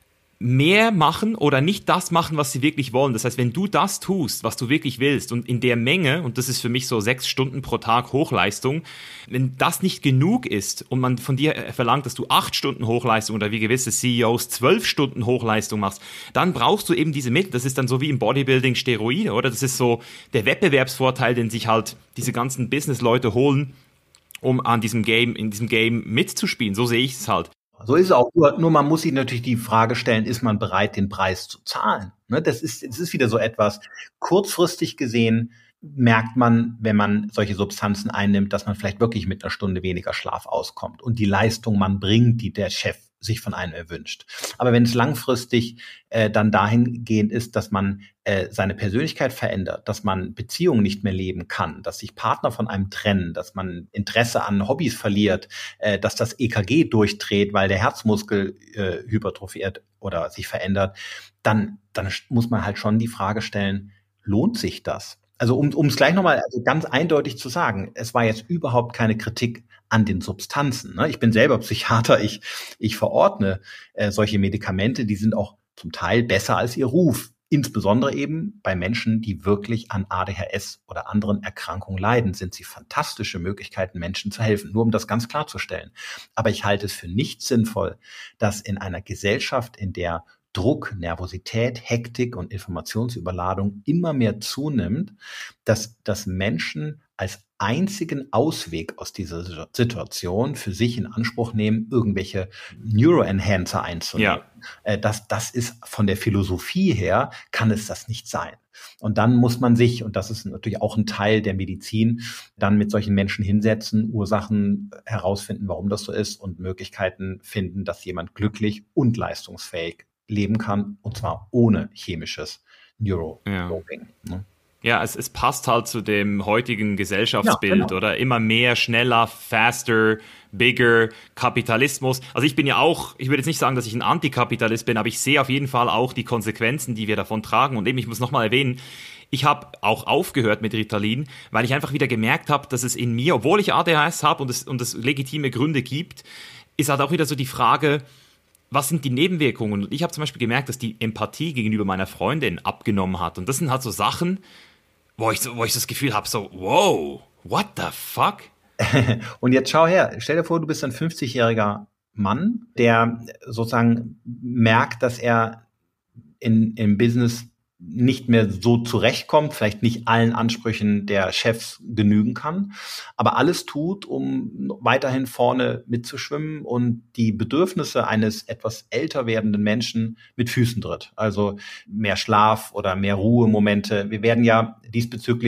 mehr machen oder nicht das machen, was sie wirklich wollen. Das heißt, wenn du das tust, was du wirklich willst und in der Menge, und das ist für mich so sechs Stunden pro Tag Hochleistung, wenn das nicht genug ist und man von dir verlangt, dass du acht Stunden Hochleistung oder wie gewisse C E Os zwölf Stunden Hochleistung machst, dann brauchst du eben diese Mittel. Das ist dann so wie im Bodybuilding Steroide, oder? Das ist so der Wettbewerbsvorteil, den sich halt diese ganzen Business-Leute holen, um an diesem Game, in diesem Game mitzuspielen. So sehe ich es halt. So ist es auch. Nur, nur man muss sich natürlich die Frage stellen, ist man bereit, den Preis zu zahlen? Ne, das ist, das ist wieder so etwas. Kurzfristig gesehen merkt man, wenn man solche Substanzen einnimmt, dass man vielleicht wirklich mit einer Stunde weniger Schlaf auskommt und die Leistung man bringt, die der Chef sich von einem erwünscht. Aber wenn es langfristig äh, dann dahingehend ist, dass man äh, seine Persönlichkeit verändert, dass man Beziehungen nicht mehr leben kann, dass sich Partner von einem trennen, dass man Interesse an Hobbys verliert, äh, dass das E K G durchdreht, weil der Herzmuskel äh, hypertrophiert oder sich verändert, dann, dann muss man halt schon die Frage stellen, lohnt sich das? Also um um es gleich nochmal also ganz eindeutig zu sagen, es war jetzt überhaupt keine Kritik an den Substanzen. Ne? Ich bin selber Psychiater, ich, ich verordne äh, solche Medikamente, die sind auch zum Teil besser als ihr Ruf. Insbesondere eben bei Menschen, die wirklich an A D H S oder anderen Erkrankungen leiden, sind sie fantastische Möglichkeiten, Menschen zu helfen. Nur um das ganz klarzustellen. Aber ich halte es für nicht sinnvoll, dass in einer Gesellschaft, in der Druck, Nervosität, Hektik und Informationsüberladung immer mehr zunimmt, dass, dass Menschen als einzigen Ausweg aus dieser Situation für sich in Anspruch nehmen, irgendwelche Neuroenhancer einzunehmen. Ja. Das, das ist von der Philosophie her, kann es das nicht sein. Und dann muss man sich, und das ist natürlich auch ein Teil der Medizin, dann mit solchen Menschen hinsetzen, Ursachen herausfinden, warum das so ist und Möglichkeiten finden, dass jemand glücklich und leistungsfähig leben kann, und zwar ohne chemisches Neurodoping. Ja. Ne? Ja, es, es passt halt zu dem heutigen Gesellschaftsbild, ja, genau. Oder? Immer mehr, schneller, faster, bigger, Kapitalismus. Also ich bin ja auch, ich würde jetzt nicht sagen, dass ich ein Antikapitalist bin, aber ich sehe auf jeden Fall auch die Konsequenzen, die wir davon tragen. Und eben, ich muss nochmal erwähnen, ich habe auch aufgehört mit Ritalin, weil ich einfach wieder gemerkt habe, dass es in mir, obwohl ich A D H S habe und es, und es legitime Gründe gibt, ist halt auch wieder so die Frage, was sind die Nebenwirkungen? Und ich habe zum Beispiel gemerkt, dass die Empathie gegenüber meiner Freundin abgenommen hat. Und das sind halt so Sachen, wo ich, so, wo ich das Gefühl habe, so, wow, what the fuck? Und jetzt schau her, stell dir vor, du bist ein fünfzigjähriger Mann, der sozusagen merkt, dass er in, im Business nicht mehr so zurechtkommt, vielleicht nicht allen Ansprüchen der Chefs genügen kann, aber alles tut, um weiterhin vorne mitzuschwimmen und die Bedürfnisse eines etwas älter werdenden Menschen mit Füßen tritt. Also mehr Schlaf oder mehr Ruhemomente. Wir werden ja diesbezüglich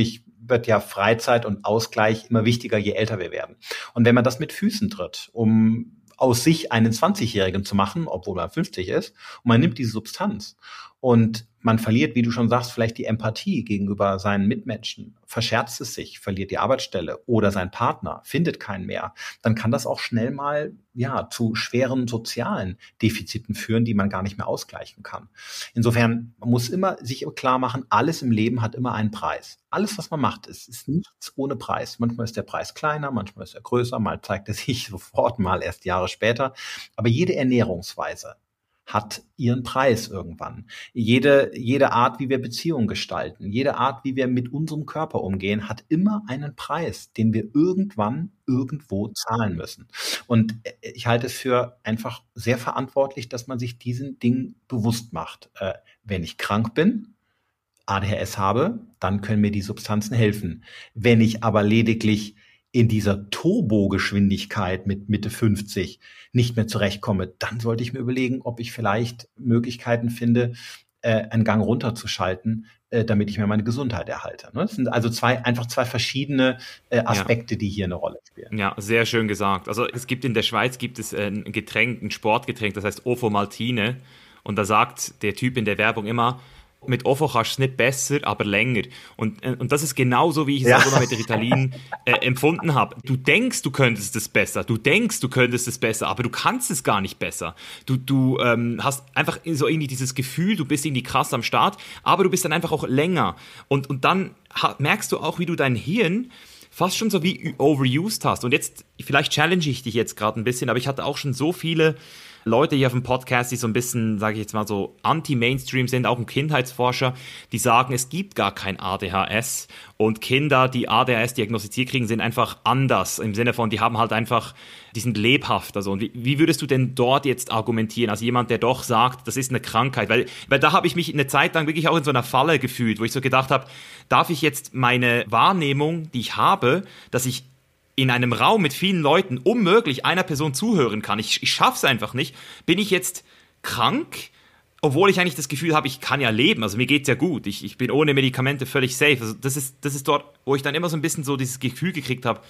wird ja Freizeit und Ausgleich immer wichtiger, je älter wir werden. Und wenn man das mit Füßen tritt, um aus sich einen zwanzigjährigen zu machen, obwohl man fünfzig ist, und man nimmt diese Substanz und man verliert, wie du schon sagst, vielleicht die Empathie gegenüber seinen Mitmenschen, verscherzt es sich, verliert die Arbeitsstelle oder sein Partner, findet keinen mehr, dann kann das auch schnell mal ja zu schweren sozialen Defiziten führen, die man gar nicht mehr ausgleichen kann. Insofern man muss immer sich klar machen, alles im Leben hat immer einen Preis. Alles, was man macht, ist, ist nichts ohne Preis. Manchmal ist der Preis kleiner, manchmal ist er größer, mal zeigt er sich sofort, mal erst Jahre später. Aber jede Ernährungsweise hat ihren Preis irgendwann. Jede, jede Art, wie wir Beziehungen gestalten, jede Art, wie wir mit unserem Körper umgehen, hat immer einen Preis, den wir irgendwann irgendwo zahlen müssen. Und ich halte es für einfach sehr verantwortlich, dass man sich diesen Dingen bewusst macht. Äh, wenn ich krank bin, A D H S habe, dann können mir die Substanzen helfen. Wenn ich aber lediglich in dieser Turbogeschwindigkeit mit Mitte fünfzig nicht mehr zurechtkomme, dann sollte ich mir überlegen, ob ich vielleicht Möglichkeiten finde, äh, einen Gang runterzuschalten, äh, damit ich mir meine Gesundheit erhalte. Ne? Das sind also zwei, einfach zwei verschiedene äh, Aspekte, ja, die hier eine Rolle spielen. Ja, sehr schön gesagt. Also es gibt in der Schweiz gibt es ein Getränk, ein Sportgetränk, das heißt Ovomaltine. Und da sagt der Typ in der Werbung immer, mit Ovo kannst du es nicht besser, aber länger. Und, und das ist genauso, wie ich es ja. also mit der Ritalin äh, empfunden habe. Du denkst, du könntest es besser. Du denkst, du könntest es besser, aber du kannst es gar nicht besser. Du, du ähm, hast einfach so irgendwie dieses Gefühl, du bist irgendwie krass am Start, aber du bist dann einfach auch länger. Und, und dann ha- merkst du auch, wie du dein Hirn fast schon so wie overused hast. Und jetzt, vielleicht challenge ich dich jetzt gerade ein bisschen, aber ich hatte auch schon so viele Leute hier auf dem Podcast, die so ein bisschen, sage ich jetzt mal so, anti-Mainstream sind, auch ein Kindheitsforscher, die sagen, es gibt gar kein A D H S und Kinder, die A D H S diagnostiziert kriegen, sind einfach anders, im Sinne von, die haben halt einfach, die sind lebhaft. Also, und wie, wie würdest du denn dort jetzt argumentieren, als jemand, der doch sagt, das ist eine Krankheit? Weil, weil da habe ich mich eine Zeit lang wirklich auch in so einer Falle gefühlt, wo ich so gedacht habe, darf ich jetzt meine Wahrnehmung, die ich habe, dass ich in einem Raum mit vielen Leuten unmöglich einer Person zuhören kann, ich, ich schaff's einfach nicht, bin ich jetzt krank, obwohl ich eigentlich das Gefühl habe, ich kann ja leben, also mir geht's ja gut, ich, ich bin ohne Medikamente völlig safe. Also das ist, das ist dort, wo ich dann immer so ein bisschen so dieses Gefühl gekriegt habe,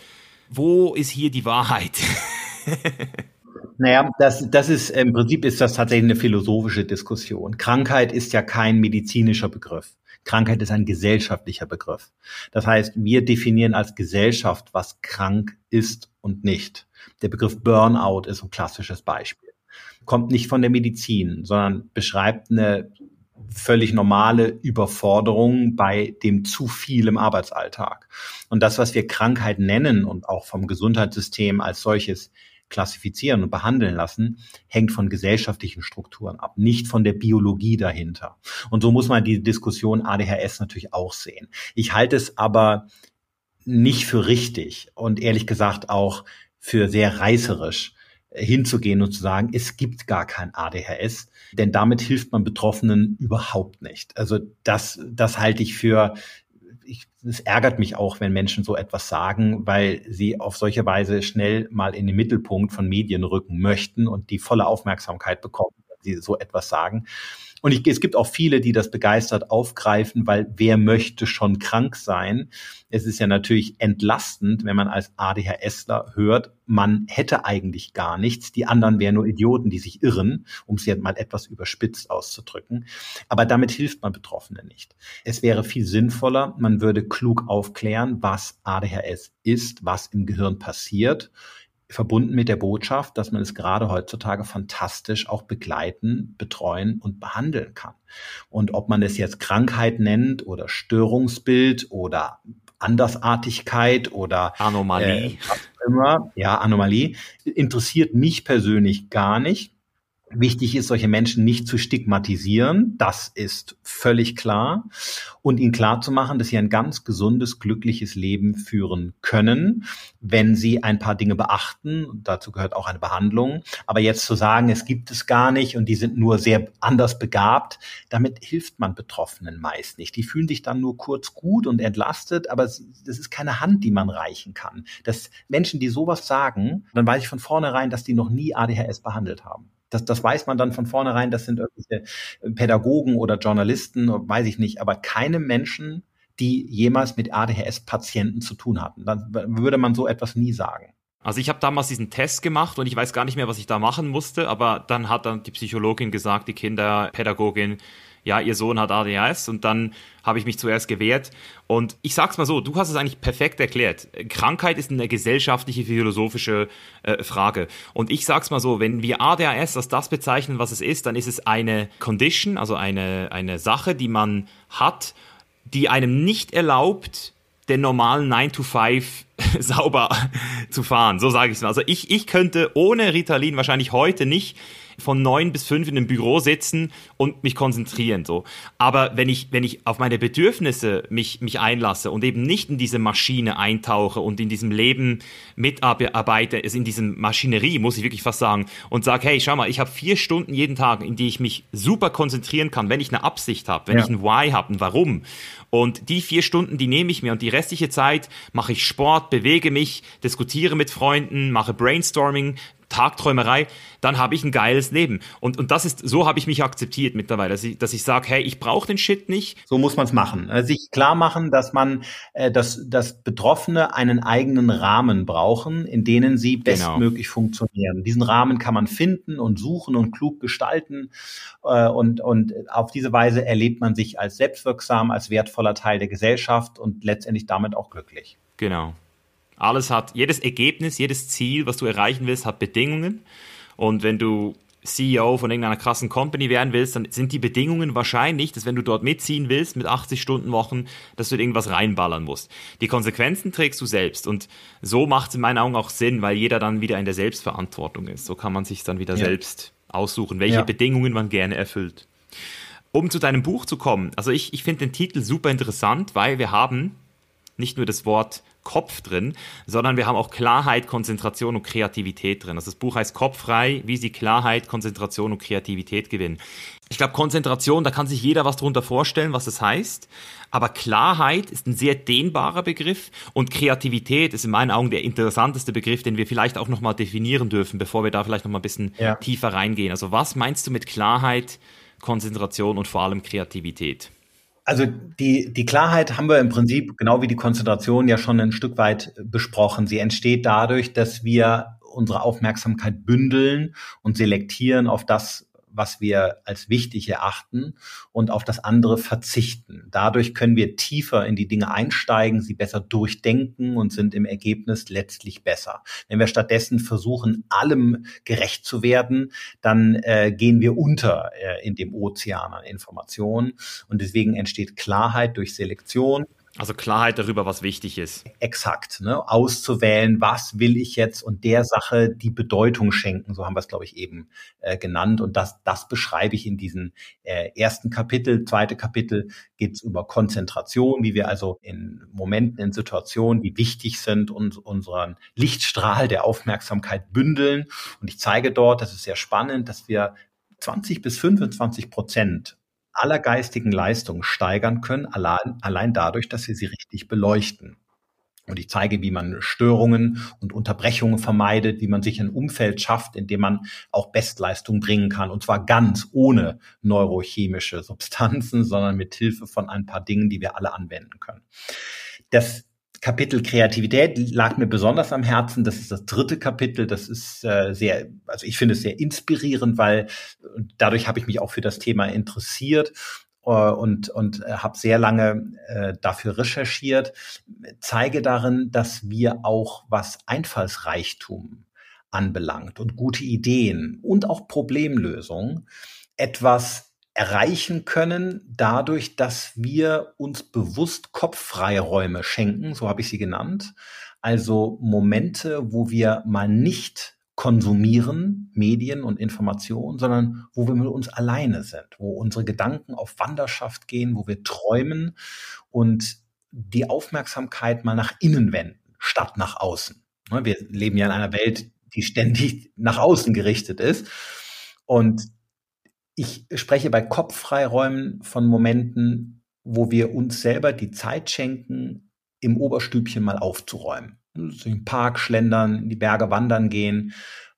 wo ist hier die Wahrheit? Naja, das, das ist, im Prinzip ist das tatsächlich eine philosophische Diskussion. Krankheit ist ja kein medizinischer Begriff. Krankheit ist ein gesellschaftlicher Begriff. Das heißt, wir definieren als Gesellschaft, was krank ist und nicht. Der Begriff Burnout ist ein klassisches Beispiel. Kommt nicht von der Medizin, sondern beschreibt eine völlig normale Überforderung bei dem zu viel im Arbeitsalltag. Und das, was wir Krankheit nennen und auch vom Gesundheitssystem als solches klassifizieren und behandeln lassen, hängt von gesellschaftlichen Strukturen ab, nicht von der Biologie dahinter. Und so muss man die Diskussion A D H S natürlich auch sehen. Ich halte es aber nicht für richtig und ehrlich gesagt auch für sehr reißerisch hinzugehen und zu sagen, es gibt gar kein A D H S, denn damit hilft man Betroffenen überhaupt nicht. Also das, das halte ich für Ich, es ärgert mich auch, wenn Menschen so etwas sagen, weil sie auf solche Weise schnell mal in den Mittelpunkt von Medien rücken möchten und die volle Aufmerksamkeit bekommen, wenn sie so etwas sagen. Und ich, es gibt auch viele, die das begeistert aufgreifen, weil wer möchte schon krank sein? Es ist ja natürlich entlastend, wenn man als ADHSler hört, man hätte eigentlich gar nichts. Die anderen wären nur Idioten, die sich irren, um es jetzt mal etwas überspitzt auszudrücken. Aber damit hilft man Betroffenen nicht. Es wäre viel sinnvoller, man würde klug aufklären, was A D H S ist, was im Gehirn passiert, verbunden mit der Botschaft, dass man es gerade heutzutage fantastisch auch begleiten, betreuen und behandeln kann. Und ob man es jetzt Krankheit nennt oder Störungsbild oder Andersartigkeit oder Anomalie, äh, was auch immer, ja, Anomalie, interessiert mich persönlich gar nicht. Wichtig ist, solche Menschen nicht zu stigmatisieren, das ist völlig klar, und ihnen klarzumachen, dass sie ein ganz gesundes, glückliches Leben führen können, wenn sie ein paar Dinge beachten. Dazu gehört auch eine Behandlung. Aber jetzt zu sagen, es gibt es gar nicht und die sind nur sehr anders begabt, damit hilft man Betroffenen meist nicht. Die fühlen sich dann nur kurz gut und entlastet, aber das ist keine Hand, die man reichen kann. Dass Menschen, die sowas sagen, dann weiß ich von vornherein, dass die noch nie A D H S behandelt haben. Das, das weiß man dann von vornherein, das sind irgendwelche Pädagogen oder Journalisten, weiß ich nicht, aber keine Menschen, die jemals mit A D H S-Patienten zu tun hatten. Dann würde man so etwas nie sagen. Also ich habe damals diesen Test gemacht und ich weiß gar nicht mehr, was ich da machen musste, aber dann hat dann die Psychologin gesagt, die Kinderpädagogin, ja, ihr Sohn hat A D H S, und dann habe ich mich zuerst gewehrt. Und ich sag's mal so, du hast es eigentlich perfekt erklärt. Krankheit ist eine gesellschaftliche, philosophische äh, Frage. Und ich sag's mal so, wenn wir A D H S als das bezeichnen, was es ist, dann ist es eine Condition, also eine, eine Sache, die man hat, die einem nicht erlaubt, den normalen nine to five sauber zu fahren. So sage ich es mal. Also ich, ich könnte ohne Ritalin wahrscheinlich heute nicht von neun bis fünf in einem Büro sitzen und mich konzentrieren, so. Aber wenn ich, wenn ich auf meine Bedürfnisse mich, mich einlasse und eben nicht in diese Maschine eintauche und in diesem Leben mitarbeite, also in diesem Maschinerie, muss ich wirklich fast sagen, und sage, hey, schau mal, ich habe vier Stunden jeden Tag, in die ich mich super konzentrieren kann, wenn ich eine Absicht habe, wenn ja. ich ein Why habe, ein Warum. Und die vier Stunden, die nehme ich mir, und die restliche Zeit mache ich Sport, bewege mich, diskutiere mit Freunden, mache Brainstorming, Tagträumerei, dann habe ich ein geiles Leben. Und, und das ist, so habe ich mich akzeptiert mittlerweile, dass ich, dass ich sage, hey, ich brauche den Shit nicht. So muss man es machen. Sich klar machen, dass man, äh, dass, dass Betroffene einen eigenen Rahmen brauchen, in denen sie bestmöglich genau. funktionieren. Diesen Rahmen kann man finden und suchen und klug gestalten. Äh, und, und auf diese Weise erlebt man sich als selbstwirksam, als wertvoller Teil der Gesellschaft und letztendlich damit auch glücklich. Genau. Alles hat, jedes Ergebnis, jedes Ziel, was du erreichen willst, hat Bedingungen. Und wenn du C E O von irgendeiner krassen Company werden willst, dann sind die Bedingungen wahrscheinlich, dass wenn du dort mitziehen willst mit achtzig Stunden Wochen, dass du irgendwas reinballern musst. Die Konsequenzen trägst du selbst. Und so macht es in meinen Augen auch Sinn, weil jeder dann wieder in der Selbstverantwortung ist. So kann man sich dann wieder ja. selbst aussuchen, welche ja. Bedingungen man gerne erfüllt. Um zu deinem Buch zu kommen, also ich, ich finde den Titel super interessant, weil wir haben nicht nur das Wort Kopf drin, sondern wir haben auch Klarheit, Konzentration und Kreativität drin. Also das Buch heißt Kopffrei, wie Sie Klarheit, Konzentration und Kreativität gewinnen. Ich glaube, Konzentration, da kann sich jeder was darunter vorstellen, was das heißt. Aber Klarheit ist ein sehr dehnbarer Begriff und Kreativität ist in meinen Augen der interessanteste Begriff, den wir vielleicht auch nochmal definieren dürfen, bevor wir da vielleicht nochmal ein bisschen ja. tiefer reingehen. Also was meinst du mit Klarheit, Konzentration und vor allem Kreativität? Also die, die Klarheit haben wir im Prinzip, genau wie die Konzentration, ja schon ein Stück weit besprochen. Sie entsteht dadurch, dass wir unsere Aufmerksamkeit bündeln und selektieren auf das, was wir als wichtig erachten, und auf das andere verzichten. Dadurch können wir tiefer in die Dinge einsteigen, sie besser durchdenken und sind im Ergebnis letztlich besser. Wenn wir stattdessen versuchen, allem gerecht zu werden, dann äh, gehen wir unter äh, in dem Ozean an Informationen, und deswegen entsteht Klarheit durch Selektion. Also Klarheit darüber, was wichtig ist. Exakt, ne? Auszuwählen, was will ich jetzt, und der Sache die Bedeutung schenken, so haben wir es, glaube ich, eben äh, genannt. Und das, das beschreibe ich in diesem äh, ersten Kapitel. Zweite Kapitel geht es über Konzentration, wie wir also in Momenten, in Situationen, die wichtig sind, und unseren Lichtstrahl der Aufmerksamkeit bündeln. Und ich zeige dort, das ist sehr spannend, dass wir zwanzig bis fünfundzwanzig Prozent aller geistigen Leistungen steigern können, allein, allein dadurch, dass wir sie richtig beleuchten. Und ich zeige, wie man Störungen und Unterbrechungen vermeidet, wie man sich ein Umfeld schafft, in dem man auch Bestleistung bringen kann. Und zwar ganz ohne neurochemische Substanzen, sondern mit Hilfe von ein paar Dingen, die wir alle anwenden können. Das Kapitel Kreativität lag mir besonders am Herzen. Das ist das dritte Kapitel. Das ist äh, sehr, also ich finde es sehr inspirierend, weil dadurch habe ich mich auch für das Thema interessiert äh, und und äh, habe sehr lange äh, dafür recherchiert. Zeige darin, dass wir auch, was Einfallsreichtum anbelangt und gute Ideen und auch Problemlösung, etwas erreichen können, dadurch, dass wir uns bewusst Kopffreiräume schenken, so habe ich sie genannt. Also Momente, wo wir mal nicht konsumieren, Medien und Informationen, sondern wo wir mit uns alleine sind, wo unsere Gedanken auf Wanderschaft gehen, wo wir träumen und die Aufmerksamkeit mal nach innen wenden, statt nach außen. Wir leben ja in einer Welt, die ständig nach außen gerichtet ist. Und ich spreche bei Kopffreiräumen von Momenten, wo wir uns selber die Zeit schenken, im Oberstübchen mal aufzuräumen. Im Park schlendern, in die Berge wandern gehen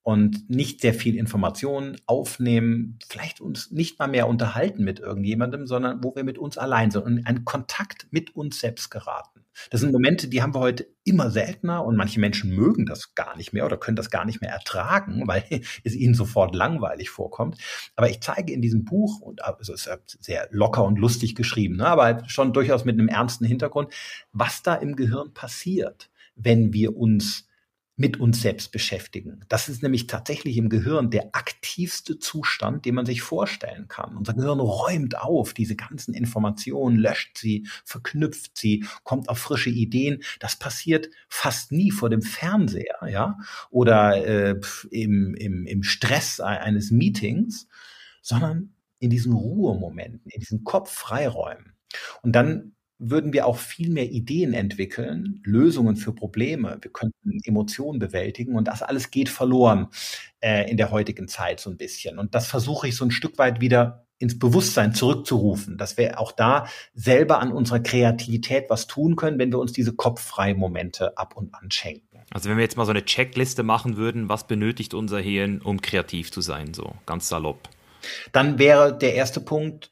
und nicht sehr viel Informationen aufnehmen, vielleicht uns nicht mal mehr unterhalten mit irgendjemandem, sondern wo wir mit uns allein sind und in einen Kontakt mit uns selbst geraten. Das sind Momente, die haben wir heute immer seltener und manche Menschen mögen das gar nicht mehr oder können das gar nicht mehr ertragen, weil es ihnen sofort langweilig vorkommt. Aber ich zeige in diesem Buch, und also es ist sehr locker und lustig geschrieben, ne, aber schon durchaus mit einem ernsten Hintergrund, was da im Gehirn passiert, wenn wir uns mit uns selbst beschäftigen. Das ist nämlich tatsächlich im Gehirn der aktivste Zustand, den man sich vorstellen kann. Unser Gehirn räumt auf diese ganzen Informationen, löscht sie, verknüpft sie, kommt auf frische Ideen. Das passiert fast nie vor dem Fernseher, ja, oder äh, im, im, im Stress eines Meetings, sondern in diesen Ruhemomenten, in diesen Kopffreiräumen. Und dann würden wir auch viel mehr Ideen entwickeln, Lösungen für Probleme. Wir könnten Emotionen bewältigen und das alles geht verloren äh, in der heutigen Zeit so ein bisschen. Und das versuche ich so ein Stück weit wieder ins Bewusstsein zurückzurufen, dass wir auch da selber an unserer Kreativität was tun können, wenn wir uns diese kopffreien Momente ab und an schenken. Also wenn wir jetzt mal so eine Checkliste machen würden, was benötigt unser Hirn, um kreativ zu sein, so ganz salopp? Dann wäre der erste Punkt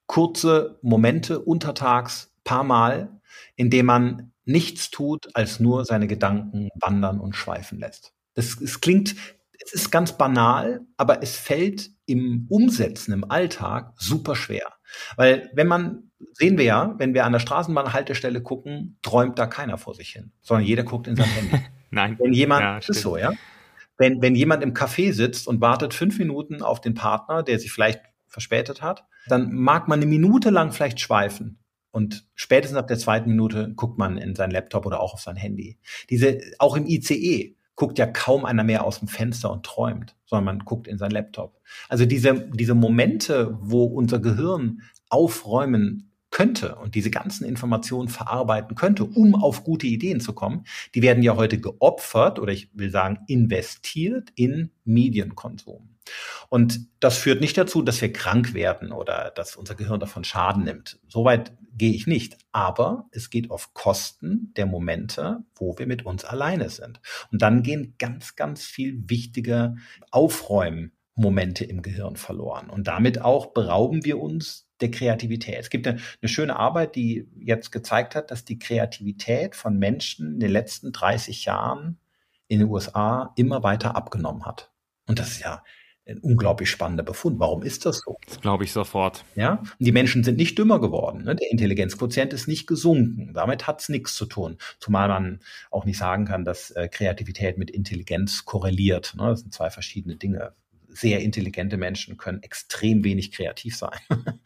kurze Momente untertags, paar Mal, indem man nichts tut, als nur seine Gedanken wandern und schweifen lässt. Es, es klingt, es ist ganz banal, aber es fällt im Umsetzen, im Alltag super schwer. Weil wenn man, sehen wir ja, wenn wir an der Straßenbahnhaltestelle gucken, träumt da keiner vor sich hin, sondern jeder guckt in sein Handy. Nein. Wenn jemand, ja, das ist so, ja. Wenn, wenn jemand im Café sitzt und wartet fünf Minuten auf den Partner, der sich vielleicht verspätet hat, dann mag man eine Minute lang vielleicht schweifen. Und spätestens ab der zweiten Minute guckt man in seinen Laptop oder auch auf sein Handy. Diese, auch im I C E guckt ja kaum einer mehr aus dem Fenster und träumt, sondern man guckt in seinen Laptop. Also diese, diese Momente, wo unser Gehirn aufräumen könnte und diese ganzen Informationen verarbeiten könnte, um auf gute Ideen zu kommen, die werden ja heute geopfert oder ich will sagen investiert in Medienkonsum. Und das führt nicht dazu, dass wir krank werden oder dass unser Gehirn davon Schaden nimmt. Soweit gehe ich nicht. Aber es geht auf Kosten der Momente, wo wir mit uns alleine sind. Und dann gehen ganz, ganz viel wichtige Aufräummomente im Gehirn verloren. Und damit auch berauben wir uns der Kreativität. Es gibt eine, eine schöne Arbeit, die jetzt gezeigt hat, dass die Kreativität von Menschen in den letzten dreißig Jahren in den U S A immer weiter abgenommen hat. Und das ist ja ein unglaublich spannender Befund. Warum ist das so? Das glaube ich sofort. Ja, und die Menschen sind nicht dümmer geworden. Ne? Der Intelligenzquotient ist nicht gesunken. Damit hat es nichts zu tun. Zumal man auch nicht sagen kann, dass äh, Kreativität mit Intelligenz korreliert. Ne? Das sind zwei verschiedene Dinge. Sehr intelligente Menschen können extrem wenig kreativ sein.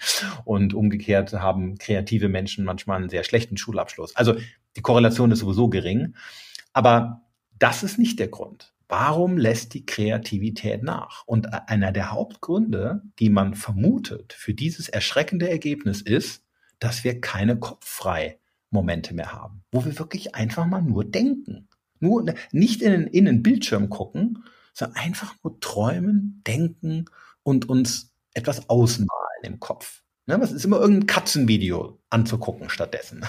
Und umgekehrt haben kreative Menschen manchmal einen sehr schlechten Schulabschluss. Also die Korrelation ist sowieso gering. Aber das ist nicht der Grund. Warum lässt die Kreativität nach? Und einer der Hauptgründe, die man vermutet für dieses erschreckende Ergebnis ist, dass wir keine Kopffrei-Momente mehr haben, wo wir wirklich einfach mal nur denken. Nur nicht in den, in den Bildschirm gucken, sondern einfach nur träumen, denken und uns etwas ausmalen im Kopf. Ne, es ist immer irgendein Katzenvideo anzugucken stattdessen.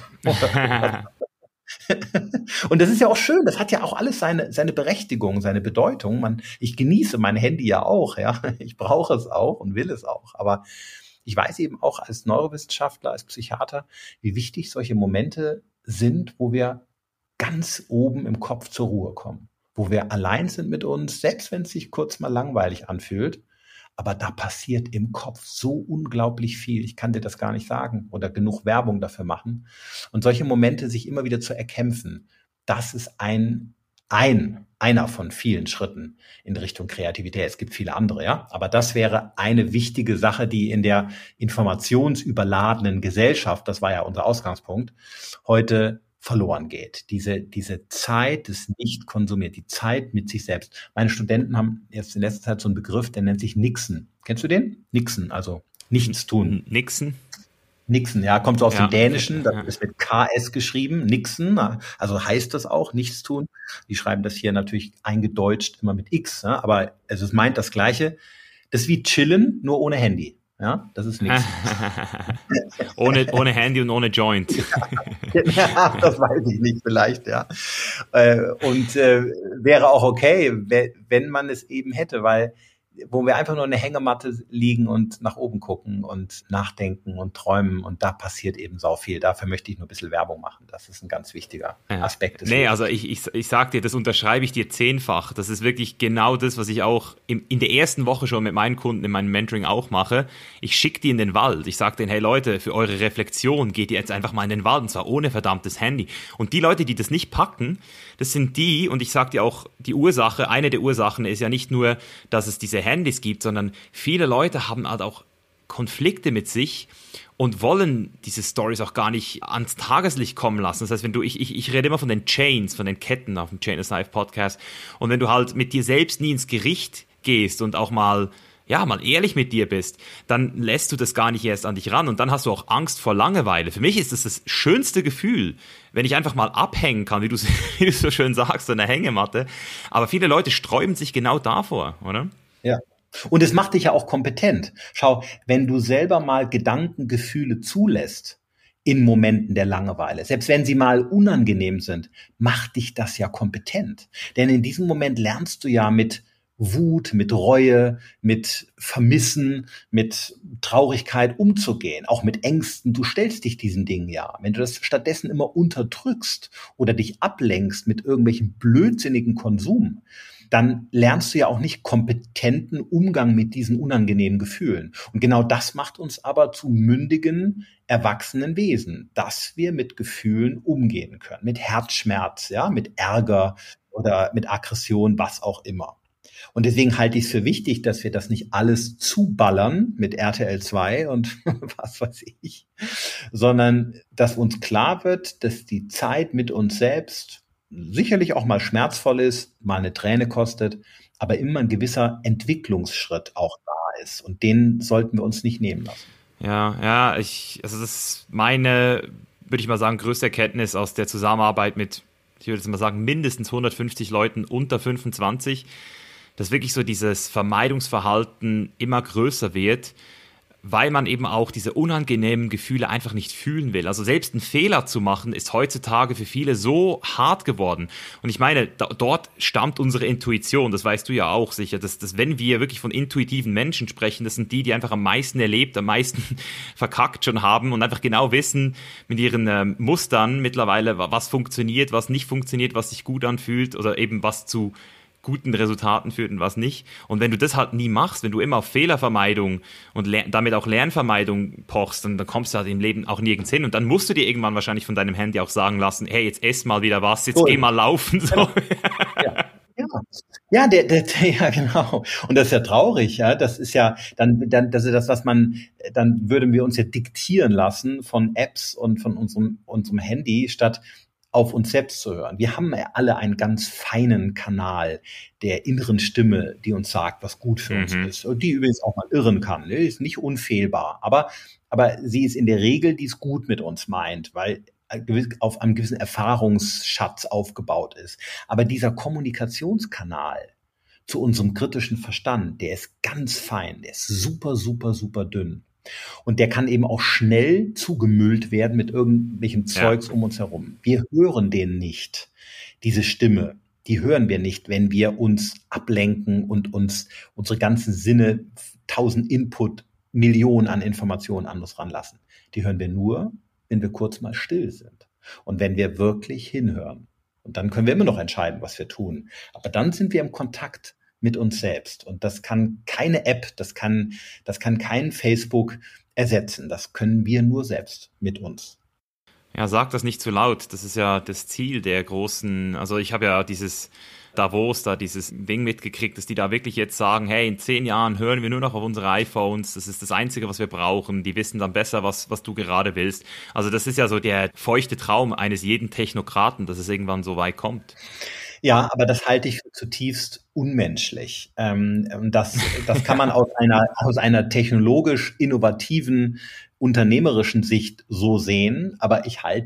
Und das ist ja auch schön, das hat ja auch alles seine, seine Berechtigung, seine Bedeutung. Man, ich genieße mein Handy ja auch, ja. Ich brauche es auch und will es auch. Aber ich weiß eben auch als Neurowissenschaftler, als Psychiater, wie wichtig solche Momente sind, wo wir ganz oben im Kopf zur Ruhe kommen. Wo wir allein sind mit uns, selbst wenn es sich kurz mal langweilig anfühlt. Aber da passiert im Kopf so unglaublich viel. Ich kann dir das gar nicht sagen oder genug Werbung dafür machen. Und solche Momente sich immer wieder zu erkämpfen, das ist ein, ein, einer von vielen Schritten in Richtung Kreativität. Es gibt viele andere, ja. Aber das wäre eine wichtige Sache, die in der informationsüberladenen Gesellschaft, das war ja unser Ausgangspunkt, heute verloren geht. Diese, diese Zeit des Nicht-Konsumiert, die Zeit mit sich selbst. Meine Studenten haben jetzt in letzter Zeit so einen Begriff, der nennt sich Nixen. Kennst du den? Nixen, also nichts tun. Nixen? Nixen, ja, kommt so aus ja. dem Dänischen, das ist mit K S geschrieben, Nixen, also heißt das auch, nichts tun. Die schreiben das hier natürlich eingedeutscht immer mit X, aber also es meint das Gleiche. Das ist wie chillen, nur ohne Handy. Ja, das ist nichts. ohne, ohne Handy und ohne Joint. Ja, das weiß ich nicht, vielleicht, ja. Und äh, wäre auch okay, wenn man es eben hätte, weil wo wir einfach nur in der Hängematte liegen und nach oben gucken und nachdenken und träumen und da passiert eben sau viel. Dafür möchte ich nur ein bisschen Werbung machen. Das ist ein ganz wichtiger ja. Aspekt des Nee, Lebens. also ich, ich, ich sag dir, das unterschreibe ich dir zehnfach. Das ist wirklich genau das, was ich auch im, in der ersten Woche schon mit meinen Kunden in meinem Mentoring auch mache. Ich schicke die in den Wald. Ich sage denen, hey Leute, für eure Reflexion geht ihr jetzt einfach mal in den Wald und zwar ohne verdammtes Handy. Und die Leute, die das nicht packen, das sind die, und ich sage dir auch, die Ursache, eine der Ursachen ist ja nicht nur, dass es diese Handys gibt, sondern viele Leute haben halt auch Konflikte mit sich und wollen diese Stories auch gar nicht ans Tageslicht kommen lassen. Das heißt, wenn du, ich, ich, ich rede immer von den Chains, von den Ketten auf dem Chainless Life Podcast. Und wenn du halt mit dir selbst nie ins Gericht gehst und auch mal, ja, mal ehrlich mit dir bist, dann lässt du das gar nicht erst an dich ran und dann hast du auch Angst vor Langeweile. Für mich ist das das schönste Gefühl, wenn ich einfach mal abhängen kann, wie du, wie du so schön sagst, so eine Hängematte. Aber viele Leute sträuben sich genau davor, oder? Ja. Und es macht dich ja auch kompetent. Schau, wenn du selber mal Gedanken, Gefühle zulässt in Momenten der Langeweile, selbst wenn sie mal unangenehm sind, macht dich das ja kompetent. Denn in diesem Moment lernst du ja mit Wut, mit Reue, mit Vermissen, mit Traurigkeit umzugehen, auch mit Ängsten. Du stellst dich diesen Dingen ja. Wenn du das stattdessen immer unterdrückst oder dich ablenkst mit irgendwelchen blödsinnigen Konsum, dann lernst du ja auch nicht kompetenten Umgang mit diesen unangenehmen Gefühlen. Und genau das macht uns aber zu mündigen, erwachsenen Wesen, dass wir mit Gefühlen umgehen können, mit Herzschmerz, ja, mit Ärger oder mit Aggression, was auch immer. Und deswegen halte ich es für wichtig, dass wir das nicht alles zuballern mit R T L zwei und was weiß ich, sondern dass uns klar wird, dass die Zeit mit uns selbst sicherlich auch mal schmerzvoll ist, mal eine Träne kostet, aber immer ein gewisser Entwicklungsschritt auch da ist. Und den sollten wir uns nicht nehmen lassen. Ja, ja, ich, also das ist meine, würde ich mal sagen, größte Erkenntnis aus der Zusammenarbeit mit, ich würde jetzt mal sagen, mindestens hundertfünfzig Leuten unter fünfundzwanzig, dass wirklich so dieses Vermeidungsverhalten immer größer wird, weil man eben auch diese unangenehmen Gefühle einfach nicht fühlen will. Also selbst einen Fehler zu machen, ist heutzutage für viele so hart geworden. Und ich meine, da, dort stammt unsere Intuition, das weißt du ja auch sicher, dass, dass wenn wir wirklich von intuitiven Menschen sprechen, das sind die, die einfach am meisten erlebt, am meisten verkackt schon haben und einfach genau wissen mit ihren ähm, Mustern mittlerweile, was funktioniert, was nicht funktioniert, was sich gut anfühlt oder eben was zu guten Resultaten führt und was nicht. Und wenn du das halt nie machst, wenn du immer auf Fehlervermeidung und le- damit auch Lernvermeidung pochst, dann, dann kommst du halt im Leben auch nirgends hin. Und dann musst du dir irgendwann wahrscheinlich von deinem Handy auch sagen lassen, hey, jetzt ess mal wieder was, jetzt cool. Geh mal laufen. So. Ja. Ja, ja, der, der, der, ja, genau. Und das ist ja traurig, ja. Das ist ja dann, dann, das ist das, was man, dann würden wir uns ja diktieren lassen von Apps und von unserem, unserem Handy, statt auf uns selbst zu hören. Wir haben ja alle einen ganz feinen Kanal der inneren Stimme, die uns sagt, was gut für mhm. uns ist. Und die übrigens auch mal irren kann. Die ist nicht unfehlbar. Aber, aber sie ist in der Regel, die es gut mit uns meint, weil auf einem gewissen Erfahrungsschatz aufgebaut ist. Aber dieser Kommunikationskanal zu unserem kritischen Verstand, der ist ganz fein, der ist super, super, super dünn. Und der kann eben auch schnell zugemüllt werden mit irgendwelchem Zeugs ja. um uns herum. Wir hören den nicht, diese Stimme. Die hören wir nicht, wenn wir uns ablenken und uns unsere ganzen Sinne, tausend Input, Millionen an Informationen an uns ranlassen. Die hören wir nur, wenn wir kurz mal still sind und wenn wir wirklich hinhören. Und dann können wir immer noch entscheiden, was wir tun. Aber dann sind wir im Kontakt mit uns selbst. Und das kann keine App, das kann, das kann kein Facebook ersetzen. Das können wir nur selbst mit uns. Ja, sag das nicht zu laut. Das ist ja das Ziel der großen, also ich habe ja dieses Davos, da dieses Ding mitgekriegt, dass die da wirklich jetzt sagen, hey, in zehn Jahren hören wir nur noch auf unsere iPhones, das ist das Einzige, was wir brauchen, die wissen dann besser, was, was du gerade willst. Also das ist ja so der feuchte Traum eines jeden Technokraten, dass es irgendwann so weit kommt. Ja, aber das halte ich für zutiefst unmenschlich. Ähm, das, das kann man aus einer, aus einer technologisch innovativen, unternehmerischen Sicht so sehen, aber ich halte es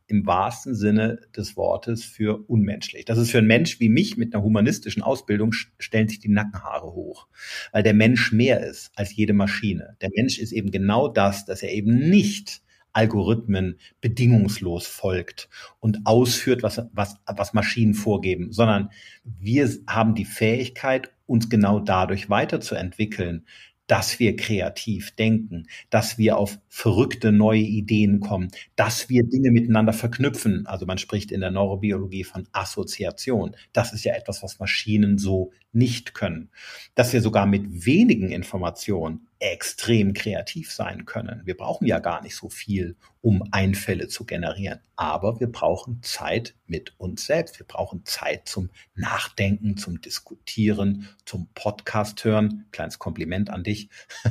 im wahrsten Sinne des Wortes für unmenschlich. Das ist für einen Mensch wie mich mit einer humanistischen Ausbildung, stellen sich die Nackenhaare hoch, weil der Mensch mehr ist als jede Maschine. Der Mensch ist eben genau das, dass er eben nicht Algorithmen bedingungslos folgt und ausführt, was, was, was Maschinen vorgeben, sondern wir haben die Fähigkeit, uns genau dadurch weiterzuentwickeln, dass wir kreativ denken, dass wir auf verrückte neue Ideen kommen, dass wir Dinge miteinander verknüpfen. Also man spricht in der Neurobiologie von Assoziation. Das ist ja etwas, was Maschinen so nicht können. Dass wir sogar mit wenigen Informationen extrem kreativ sein können. Wir brauchen ja gar nicht so viel, um Einfälle zu generieren. Aber wir brauchen Zeit mit uns selbst. Wir brauchen Zeit zum Nachdenken, zum Diskutieren, zum Podcast hören. Kleines Kompliment an dich.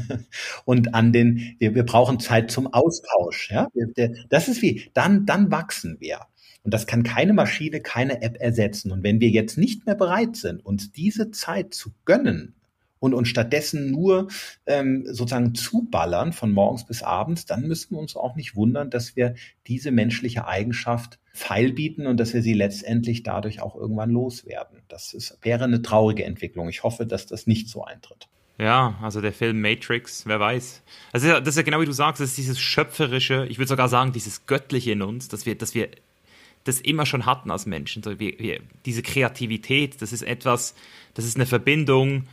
Und an den, wir, wir brauchen Zeit zum Austausch. Ja? Das ist wie, dann, dann wachsen wir. Und das kann keine Maschine, keine App ersetzen. Und wenn wir jetzt nicht mehr bereit sind, uns diese Zeit zu gönnen, und uns stattdessen nur ähm, sozusagen zuballern von morgens bis abends, dann müssen wir uns auch nicht wundern, dass wir diese menschliche Eigenschaft feilbieten und dass wir sie letztendlich dadurch auch irgendwann loswerden. Das ist, wäre eine traurige Entwicklung. Ich hoffe, dass das nicht so eintritt. Ja, also der Film Matrix, wer weiß. Also das ist ja genau wie du sagst, das ist dieses schöpferische, ich würde sogar sagen, dieses Göttliche in uns, dass wir, dass wir das immer schon hatten als Menschen. So, wir, wir, diese Kreativität, das ist etwas, das ist eine Verbindung,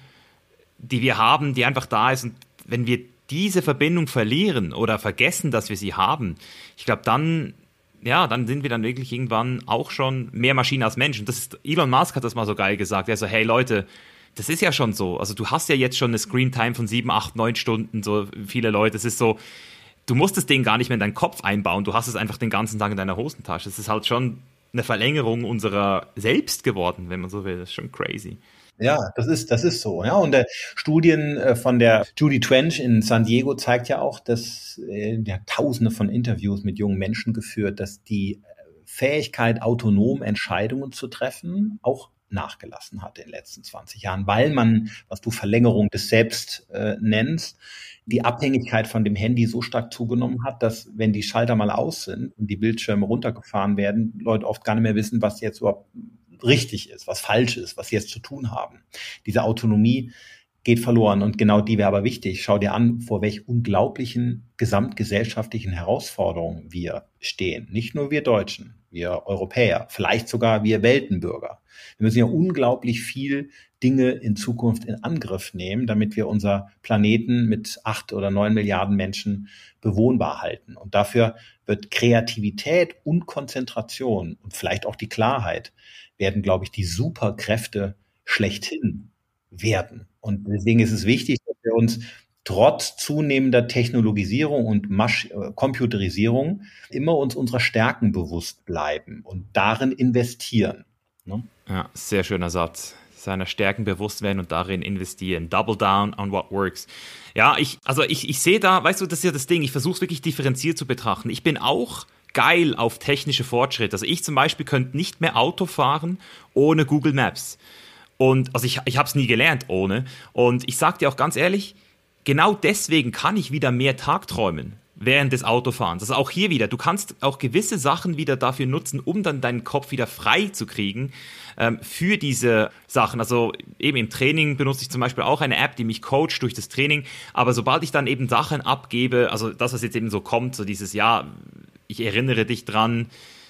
die wir haben, die einfach da ist. Und wenn wir diese Verbindung verlieren oder vergessen, dass wir sie haben, ich glaube, dann, ja, dann sind wir dann wirklich irgendwann auch schon mehr Maschine als Mensch. Und das ist, Elon Musk hat das mal so geil gesagt. Er so, hey Leute, das ist ja schon so. Also du hast ja jetzt schon eine Screentime von sieben, acht, neun Stunden, so viele Leute. Es ist so, du musst das Ding gar nicht mehr in deinen Kopf einbauen. Du hast es einfach den ganzen Tag in deiner Hosentasche. Das ist halt schon eine Verlängerung unserer selbst geworden, wenn man so will. Das ist schon crazy. Ja, das ist, das ist so. Ja, und äh, Studien äh, von der Judy Trench in San Diego zeigt ja auch, dass äh, ja, Tausende von Interviews mit jungen Menschen geführt, dass die Fähigkeit, autonom Entscheidungen zu treffen, auch nachgelassen hat in den letzten zwanzig Jahren, weil man, was du Verlängerung des Selbst äh, nennst, die Abhängigkeit von dem Handy so stark zugenommen hat, dass wenn die Schalter mal aus sind und die Bildschirme runtergefahren werden, Leute oft gar nicht mehr wissen, was jetzt überhaupt richtig ist, was falsch ist, was sie jetzt zu tun haben. Diese Autonomie geht verloren und genau die wäre aber wichtig. Schau dir an, vor welch unglaublichen gesamtgesellschaftlichen Herausforderungen wir stehen. Nicht nur wir Deutschen, wir Europäer, vielleicht sogar wir Weltenbürger. Wir müssen ja unglaublich viel Dinge in Zukunft in Angriff nehmen, damit wir unser Planeten mit acht oder neun Milliarden Menschen bewohnbar halten. Und dafür wird Kreativität und Konzentration und vielleicht auch die Klarheit werden, glaube ich, die Superkräfte schlechthin werden. Und deswegen ist es wichtig, dass wir uns trotz zunehmender Technologisierung und Masch- äh, Computerisierung immer uns unserer Stärken bewusst bleiben und darin investieren. Ne? Ja, sehr schöner Satz. Seiner Stärken bewusst werden und darin investieren. Double down on what works. Ja, ich, also ich, ich sehe da, weißt du, das ist ja das Ding, ich versuche es wirklich differenziert zu betrachten. Ich bin auch geil auf technische Fortschritte. Also ich zum Beispiel könnte nicht mehr Auto fahren ohne Google Maps. Und also ich, ich habe es nie gelernt ohne. Und ich sage dir auch ganz ehrlich, genau deswegen kann ich wieder mehr Tagträumen während des Autofahrens. Also auch hier wieder, du kannst auch gewisse Sachen wieder dafür nutzen, um dann deinen Kopf wieder frei zu kriegen ähm, für diese Sachen. Also eben im Training benutze ich zum Beispiel auch eine App, die mich coacht durch das Training. Aber sobald ich dann eben Sachen abgebe, also das, was jetzt eben so kommt, so dieses, ja, ich erinnere dich dran,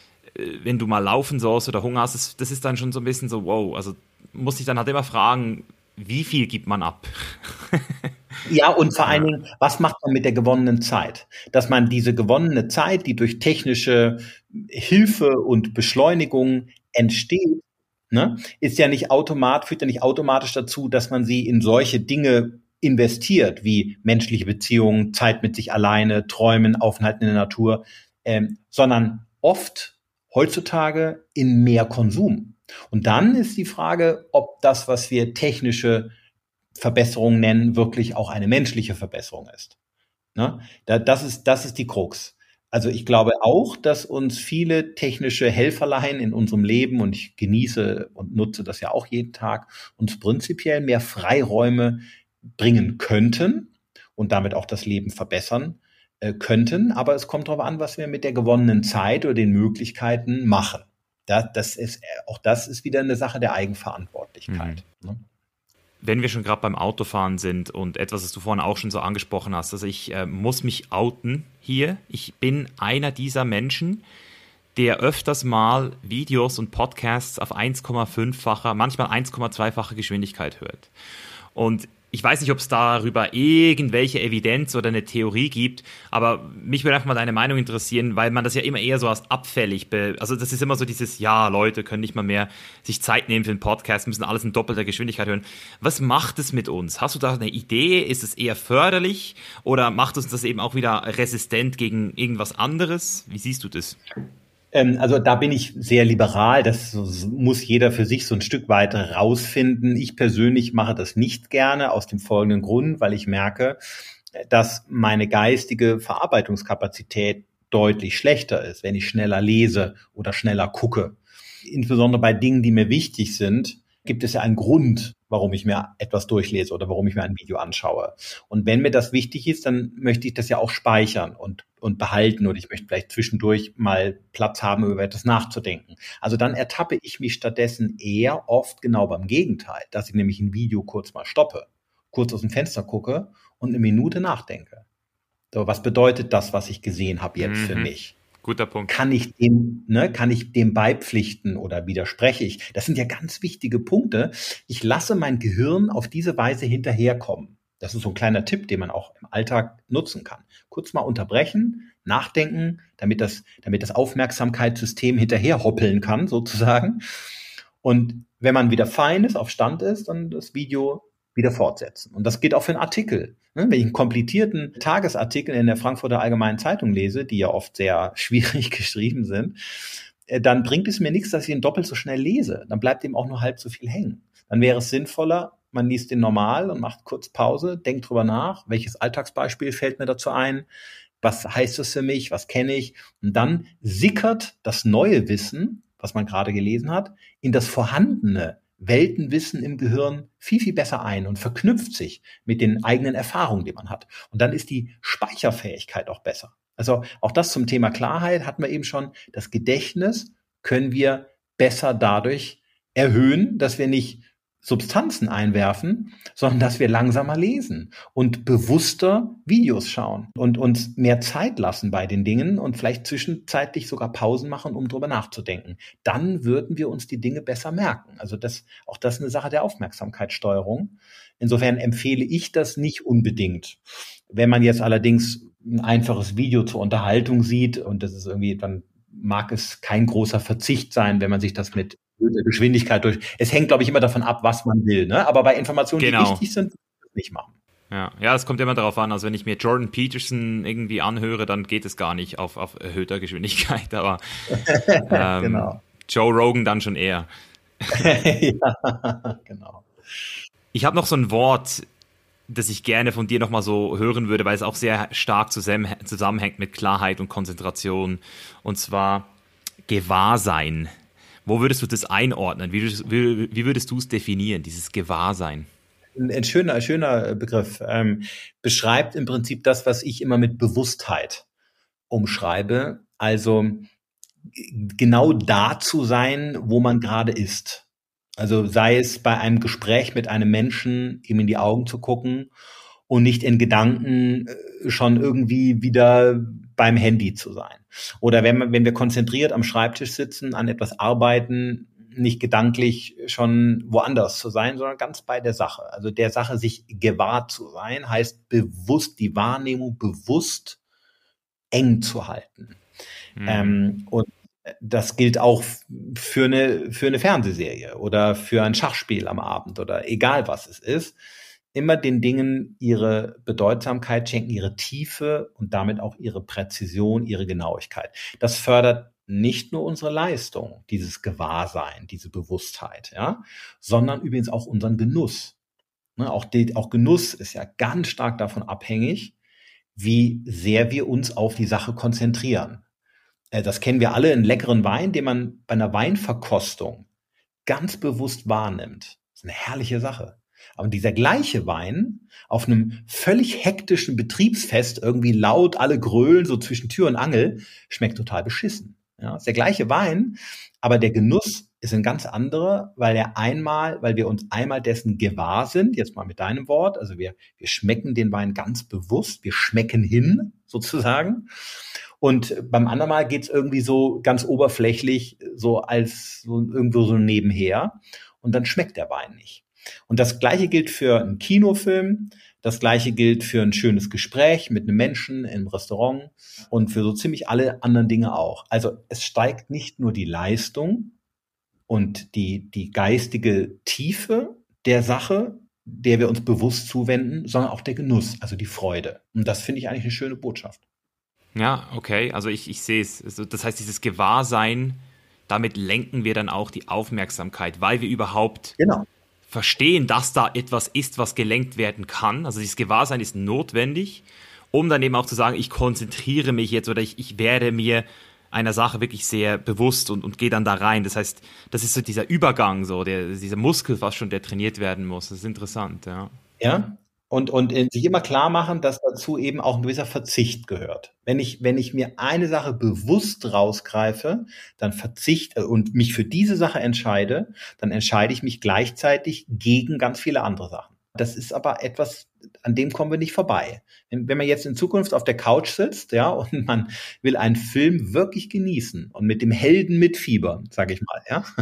wenn du mal laufen sollst oder Hunger hast, das, das ist dann schon so ein bisschen so, wow, also muss ich dann halt immer fragen, wie viel gibt man ab? Ja, und vor allen Dingen, was macht man mit der gewonnenen Zeit? Dass man diese gewonnene Zeit, die durch technische Hilfe und Beschleunigung entsteht, ne, ist ja nicht automatisch, führt ja nicht automatisch dazu, dass man sie in solche Dinge investiert, wie menschliche Beziehungen, Zeit mit sich alleine, Träumen, Aufenthalten in der Natur, ähm, sondern oft heutzutage in mehr Konsum. Und dann ist die Frage, ob das, was wir technische Verbesserung nennen, wirklich auch eine menschliche Verbesserung ist. Ne? Da, das ist, das ist die Krux. Also ich glaube auch, dass uns viele technische Helferlein in unserem Leben, und ich genieße und nutze das ja auch jeden Tag, uns prinzipiell mehr Freiräume bringen könnten und damit auch das Leben verbessern. äh, könnten, aber es kommt darauf an, was wir mit der gewonnenen Zeit oder den Möglichkeiten machen. Da, das ist, auch das ist wieder eine Sache der Eigenverantwortlichkeit. Mhm. Ne? Wenn wir schon gerade beim Autofahren sind und etwas, was du vorhin auch schon so angesprochen hast, also ich äh, muss mich outen hier. Ich bin einer dieser Menschen, der öfters mal Videos und Podcasts auf eins Komma fünffacher, manchmal eins Komma zweifacher Geschwindigkeit hört. Und ich weiß nicht, ob es darüber irgendwelche Evidenz oder eine Theorie gibt, aber mich würde einfach mal deine Meinung interessieren, weil man das ja immer eher so als abfällig, be- also das ist immer so dieses, ja, Leute können nicht mal mehr sich Zeit nehmen für einen Podcast, müssen alles in doppelter Geschwindigkeit hören. Was macht es mit uns? Hast du da eine Idee? Ist es eher förderlich oder macht uns das eben auch wieder resistent gegen irgendwas anderes? Wie siehst du das? Ähm, also da bin ich sehr liberal. Das muss jeder für sich so ein Stück weit rausfinden. Ich persönlich mache das nicht gerne aus dem folgenden Grund, weil ich merke, dass meine geistige Verarbeitungskapazität deutlich schlechter ist, wenn ich schneller lese oder schneller gucke. Insbesondere bei Dingen, die mir wichtig sind, gibt es ja einen Grund, warum ich mir etwas durchlese oder warum ich mir ein Video anschaue. Und wenn mir das wichtig ist, dann möchte ich das ja auch speichern und, und behalten oder ich möchte vielleicht zwischendurch mal Platz haben, über etwas nachzudenken. Also dann ertappe ich mich stattdessen eher oft genau beim Gegenteil, dass ich nämlich ein Video kurz mal stoppe, kurz aus dem Fenster gucke und eine Minute nachdenke. So, was bedeutet das, was ich gesehen habe jetzt mhm. für mich? Guter Punkt. Kann ich dem, ne, kann ich dem beipflichten oder widerspreche ich? Das sind ja ganz wichtige Punkte. Ich lasse mein Gehirn auf diese Weise hinterherkommen. Das ist so ein kleiner Tipp, den man auch im Alltag nutzen kann. Kurz mal unterbrechen, nachdenken, damit das, damit das Aufmerksamkeitssystem hinterher hoppeln kann, sozusagen. Und wenn man wieder fein ist, auf Stand ist, dann das Video wieder fortsetzen. Und das gilt auch für einen Artikel. Wenn ich einen komplizierten Tagesartikel in der Frankfurter Allgemeinen Zeitung lese, die ja oft sehr schwierig geschrieben sind, dann bringt es mir nichts, dass ich ihn doppelt so schnell lese. Dann bleibt ihm auch nur halb so viel hängen. Dann wäre es sinnvoller, man liest den normal und macht kurz Pause, denkt drüber nach, welches Alltagsbeispiel fällt mir dazu ein, was heißt das für mich, was kenne ich, und dann sickert das neue Wissen, was man gerade gelesen hat, in das vorhandene Weltenwissen im Gehirn viel, viel besser ein und verknüpft sich mit den eigenen Erfahrungen, die man hat. Und dann ist die Speicherfähigkeit auch besser. Also auch das zum Thema Klarheit hatten wir eben schon. Das Gedächtnis können wir besser dadurch erhöhen, dass wir nicht Substanzen einwerfen, sondern dass wir langsamer lesen und bewusster Videos schauen und uns mehr Zeit lassen bei den Dingen und vielleicht zwischenzeitlich sogar Pausen machen, um drüber nachzudenken. Dann würden wir uns die Dinge besser merken. Also das, auch das ist eine Sache der Aufmerksamkeitssteuerung. Insofern empfehle ich das nicht unbedingt. Wenn man jetzt allerdings ein einfaches Video zur Unterhaltung sieht und das ist irgendwie, dann mag es kein großer Verzicht sein, wenn man sich das mit Geschwindigkeit durch. Es hängt, glaube ich, immer davon ab, was man will. Ne? Aber bei Informationen, genau, die wichtig sind, muss ich das nicht machen. Ja, ja, es kommt immer darauf an. Also wenn ich mir Jordan Peterson irgendwie anhöre, dann geht es gar nicht auf, auf erhöhter Geschwindigkeit. Aber ähm, genau. Joe Rogan dann schon eher. Ja, genau. Ich habe noch so ein Wort, das ich gerne von dir nochmal so hören würde, weil es auch sehr stark zusammenhängt mit Klarheit und Konzentration. Und zwar Gewahrsein. Wo würdest du das einordnen? Wie, wie, wie würdest du es definieren, dieses Gewahrsein? Ein, ein schöner, ein schöner Begriff. Ähm, beschreibt im Prinzip das, was ich immer mit Bewusstheit umschreibe. Also genau da zu sein, wo man gerade ist. Also sei es bei einem Gespräch mit einem Menschen, ihm in die Augen zu gucken und nicht in Gedanken schon irgendwie wieder beim Handy zu sein. Oder wenn, man, wenn wir konzentriert am Schreibtisch sitzen, an etwas arbeiten, nicht gedanklich schon woanders zu sein, sondern ganz bei der Sache. Also der Sache sich gewahr zu sein, heißt bewusst, die Wahrnehmung bewusst eng zu halten. Mhm. Ähm, und das gilt auch für eine, für eine Fernsehserie oder für ein Schachspiel am Abend oder egal was es ist. Immer den Dingen ihre Bedeutsamkeit schenken, ihre Tiefe und damit auch ihre Präzision, ihre Genauigkeit. Das fördert nicht nur unsere Leistung, dieses Gewahrsein, diese Bewusstheit, ja, sondern übrigens auch unseren Genuss. Ne, auch, die, auch Genuss ist ja ganz stark davon abhängig, wie sehr wir uns auf die Sache konzentrieren. Äh, das kennen wir alle, einen leckeren Wein, den man bei einer Weinverkostung ganz bewusst wahrnimmt. Das ist eine herrliche Sache. Aber dieser gleiche Wein auf einem völlig hektischen Betriebsfest, irgendwie laut, alle grölen, so zwischen Tür und Angel, schmeckt total beschissen. Ja, ist der gleiche Wein, aber der Genuss ist ein ganz anderer, weil er einmal, weil wir uns einmal dessen gewahr sind, jetzt mal mit deinem Wort, also wir, wir schmecken den Wein ganz bewusst, wir schmecken hin, sozusagen. Und beim anderen Mal geht's irgendwie so ganz oberflächlich, so als so irgendwo so nebenher. Und dann schmeckt der Wein nicht. Und das Gleiche gilt für einen Kinofilm. Das Gleiche gilt für ein schönes Gespräch mit einem Menschen im Restaurant und für so ziemlich alle anderen Dinge auch. Also es steigt nicht nur die Leistung und die, die geistige Tiefe der Sache, der wir uns bewusst zuwenden, sondern auch der Genuss, also die Freude. Und das finde ich eigentlich eine schöne Botschaft. Ja, okay, also ich, ich sehe es. Also das heißt, dieses Gewahrsein, damit lenken wir dann auch die Aufmerksamkeit, weil wir überhaupt Genau. verstehen, dass da etwas ist, was gelenkt werden kann. Also dieses Gewahrsein ist notwendig, um dann eben auch zu sagen, ich konzentriere mich jetzt oder ich, ich werde mir einer Sache wirklich sehr bewusst und, und gehe dann da rein. Das heißt, das ist so dieser Übergang, so der, dieser Muskel fast schon, der trainiert werden muss. Das ist interessant, ja. Ja. Und, und sich immer klar machen, dass dazu eben auch ein gewisser Verzicht gehört. Wenn ich, wenn ich mir eine Sache bewusst rausgreife, dann verzichte und mich für diese Sache entscheide, dann entscheide ich mich gleichzeitig gegen ganz viele andere Sachen. Das ist aber etwas, an dem kommen wir nicht vorbei. Wenn, wenn man jetzt in Zukunft auf der Couch sitzt, ja, und man will einen Film wirklich genießen und mit dem Helden mitfiebern, sage ich mal, ja,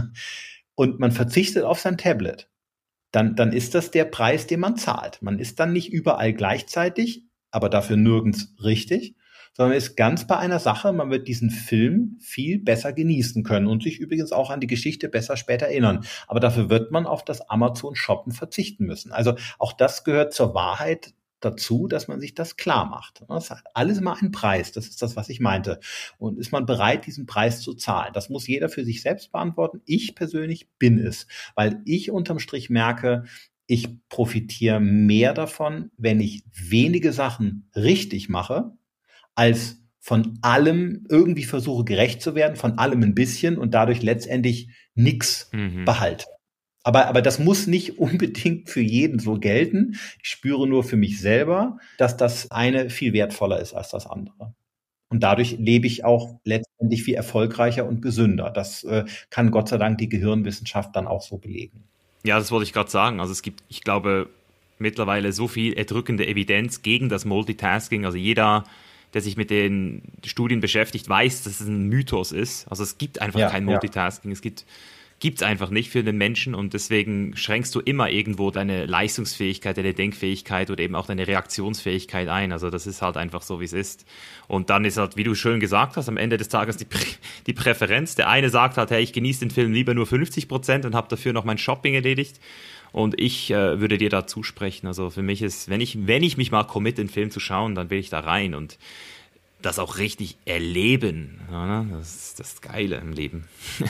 und man verzichtet auf sein Tablet, Dann, dann ist das der Preis, den man zahlt. Man ist dann nicht überall gleichzeitig, aber dafür nirgends richtig, sondern ist ganz bei einer Sache. Man wird diesen Film viel besser genießen können und sich übrigens auch an die Geschichte besser später erinnern. Aber dafür wird man auf das Amazon-Shoppen verzichten müssen. Also auch das gehört zur Wahrheit dazu, dass man sich das klar macht. Das hat alles immer einen Preis. Das ist das, was ich meinte. Und ist man bereit, diesen Preis zu zahlen? Das muss jeder für sich selbst beantworten. Ich persönlich bin es, weil ich unterm Strich merke, ich profitiere mehr davon, wenn ich wenige Sachen richtig mache, als von allem irgendwie versuche gerecht zu werden, von allem ein bisschen und dadurch letztendlich nichts Mhm. behalte. Aber, aber das muss nicht unbedingt für jeden so gelten. Ich spüre nur für mich selber, dass das eine viel wertvoller ist als das andere. Und dadurch lebe ich auch letztendlich viel erfolgreicher und gesünder. Das äh, kann Gott sei Dank die Gehirnwissenschaft dann auch so belegen. Ja, das wollte ich gerade sagen. Also es gibt, ich glaube, mittlerweile so viel erdrückende Evidenz gegen das Multitasking. Also jeder, der sich mit den Studien beschäftigt, weiß, dass es ein Mythos ist. Also es gibt einfach Ja, kein ja. Multitasking. Es gibt gibt's einfach nicht für den Menschen und deswegen schränkst du immer irgendwo deine Leistungsfähigkeit, deine Denkfähigkeit oder eben auch deine Reaktionsfähigkeit ein. Also das ist halt einfach so, wie es ist. Und dann ist halt, wie du schön gesagt hast, am Ende des Tages die, Prä- die Präferenz. Der eine sagt halt, hey, ich genieße den Film lieber nur fünfzig Prozent und habe dafür noch mein Shopping erledigt. Und ich äh, würde dir da zusprechen. Also für mich ist, wenn ich, wenn ich mich mal commit, den Film zu schauen, dann will ich da rein und das auch richtig erleben. Ja, ne? Das ist das Geile im Leben.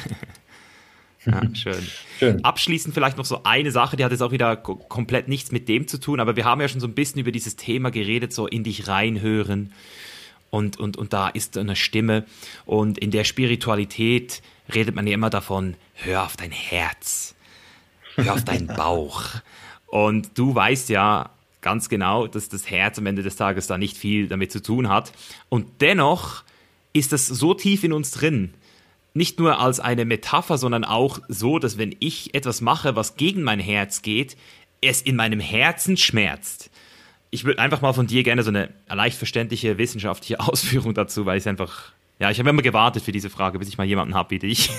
Ja, schön. Schön. Abschließend vielleicht noch so eine Sache, die hat jetzt auch wieder ko- komplett nichts mit dem zu tun, aber wir haben ja schon so ein bisschen über dieses Thema geredet, so in dich reinhören und, und, und da ist eine Stimme und in der Spiritualität redet man ja immer davon, hör auf dein Herz, hör auf deinen Bauch und du weißt ja ganz genau, dass das Herz am Ende des Tages da nicht viel damit zu tun hat und dennoch ist das so tief in uns drin, nicht nur als eine Metapher, sondern auch so, dass wenn ich etwas mache, was gegen mein Herz geht, es in meinem Herzen schmerzt. Ich würde einfach mal von dir gerne so eine leicht verständliche wissenschaftliche Ausführung dazu, weil ich einfach, ja, ich habe immer gewartet für diese Frage, bis ich mal jemanden habe wie dich.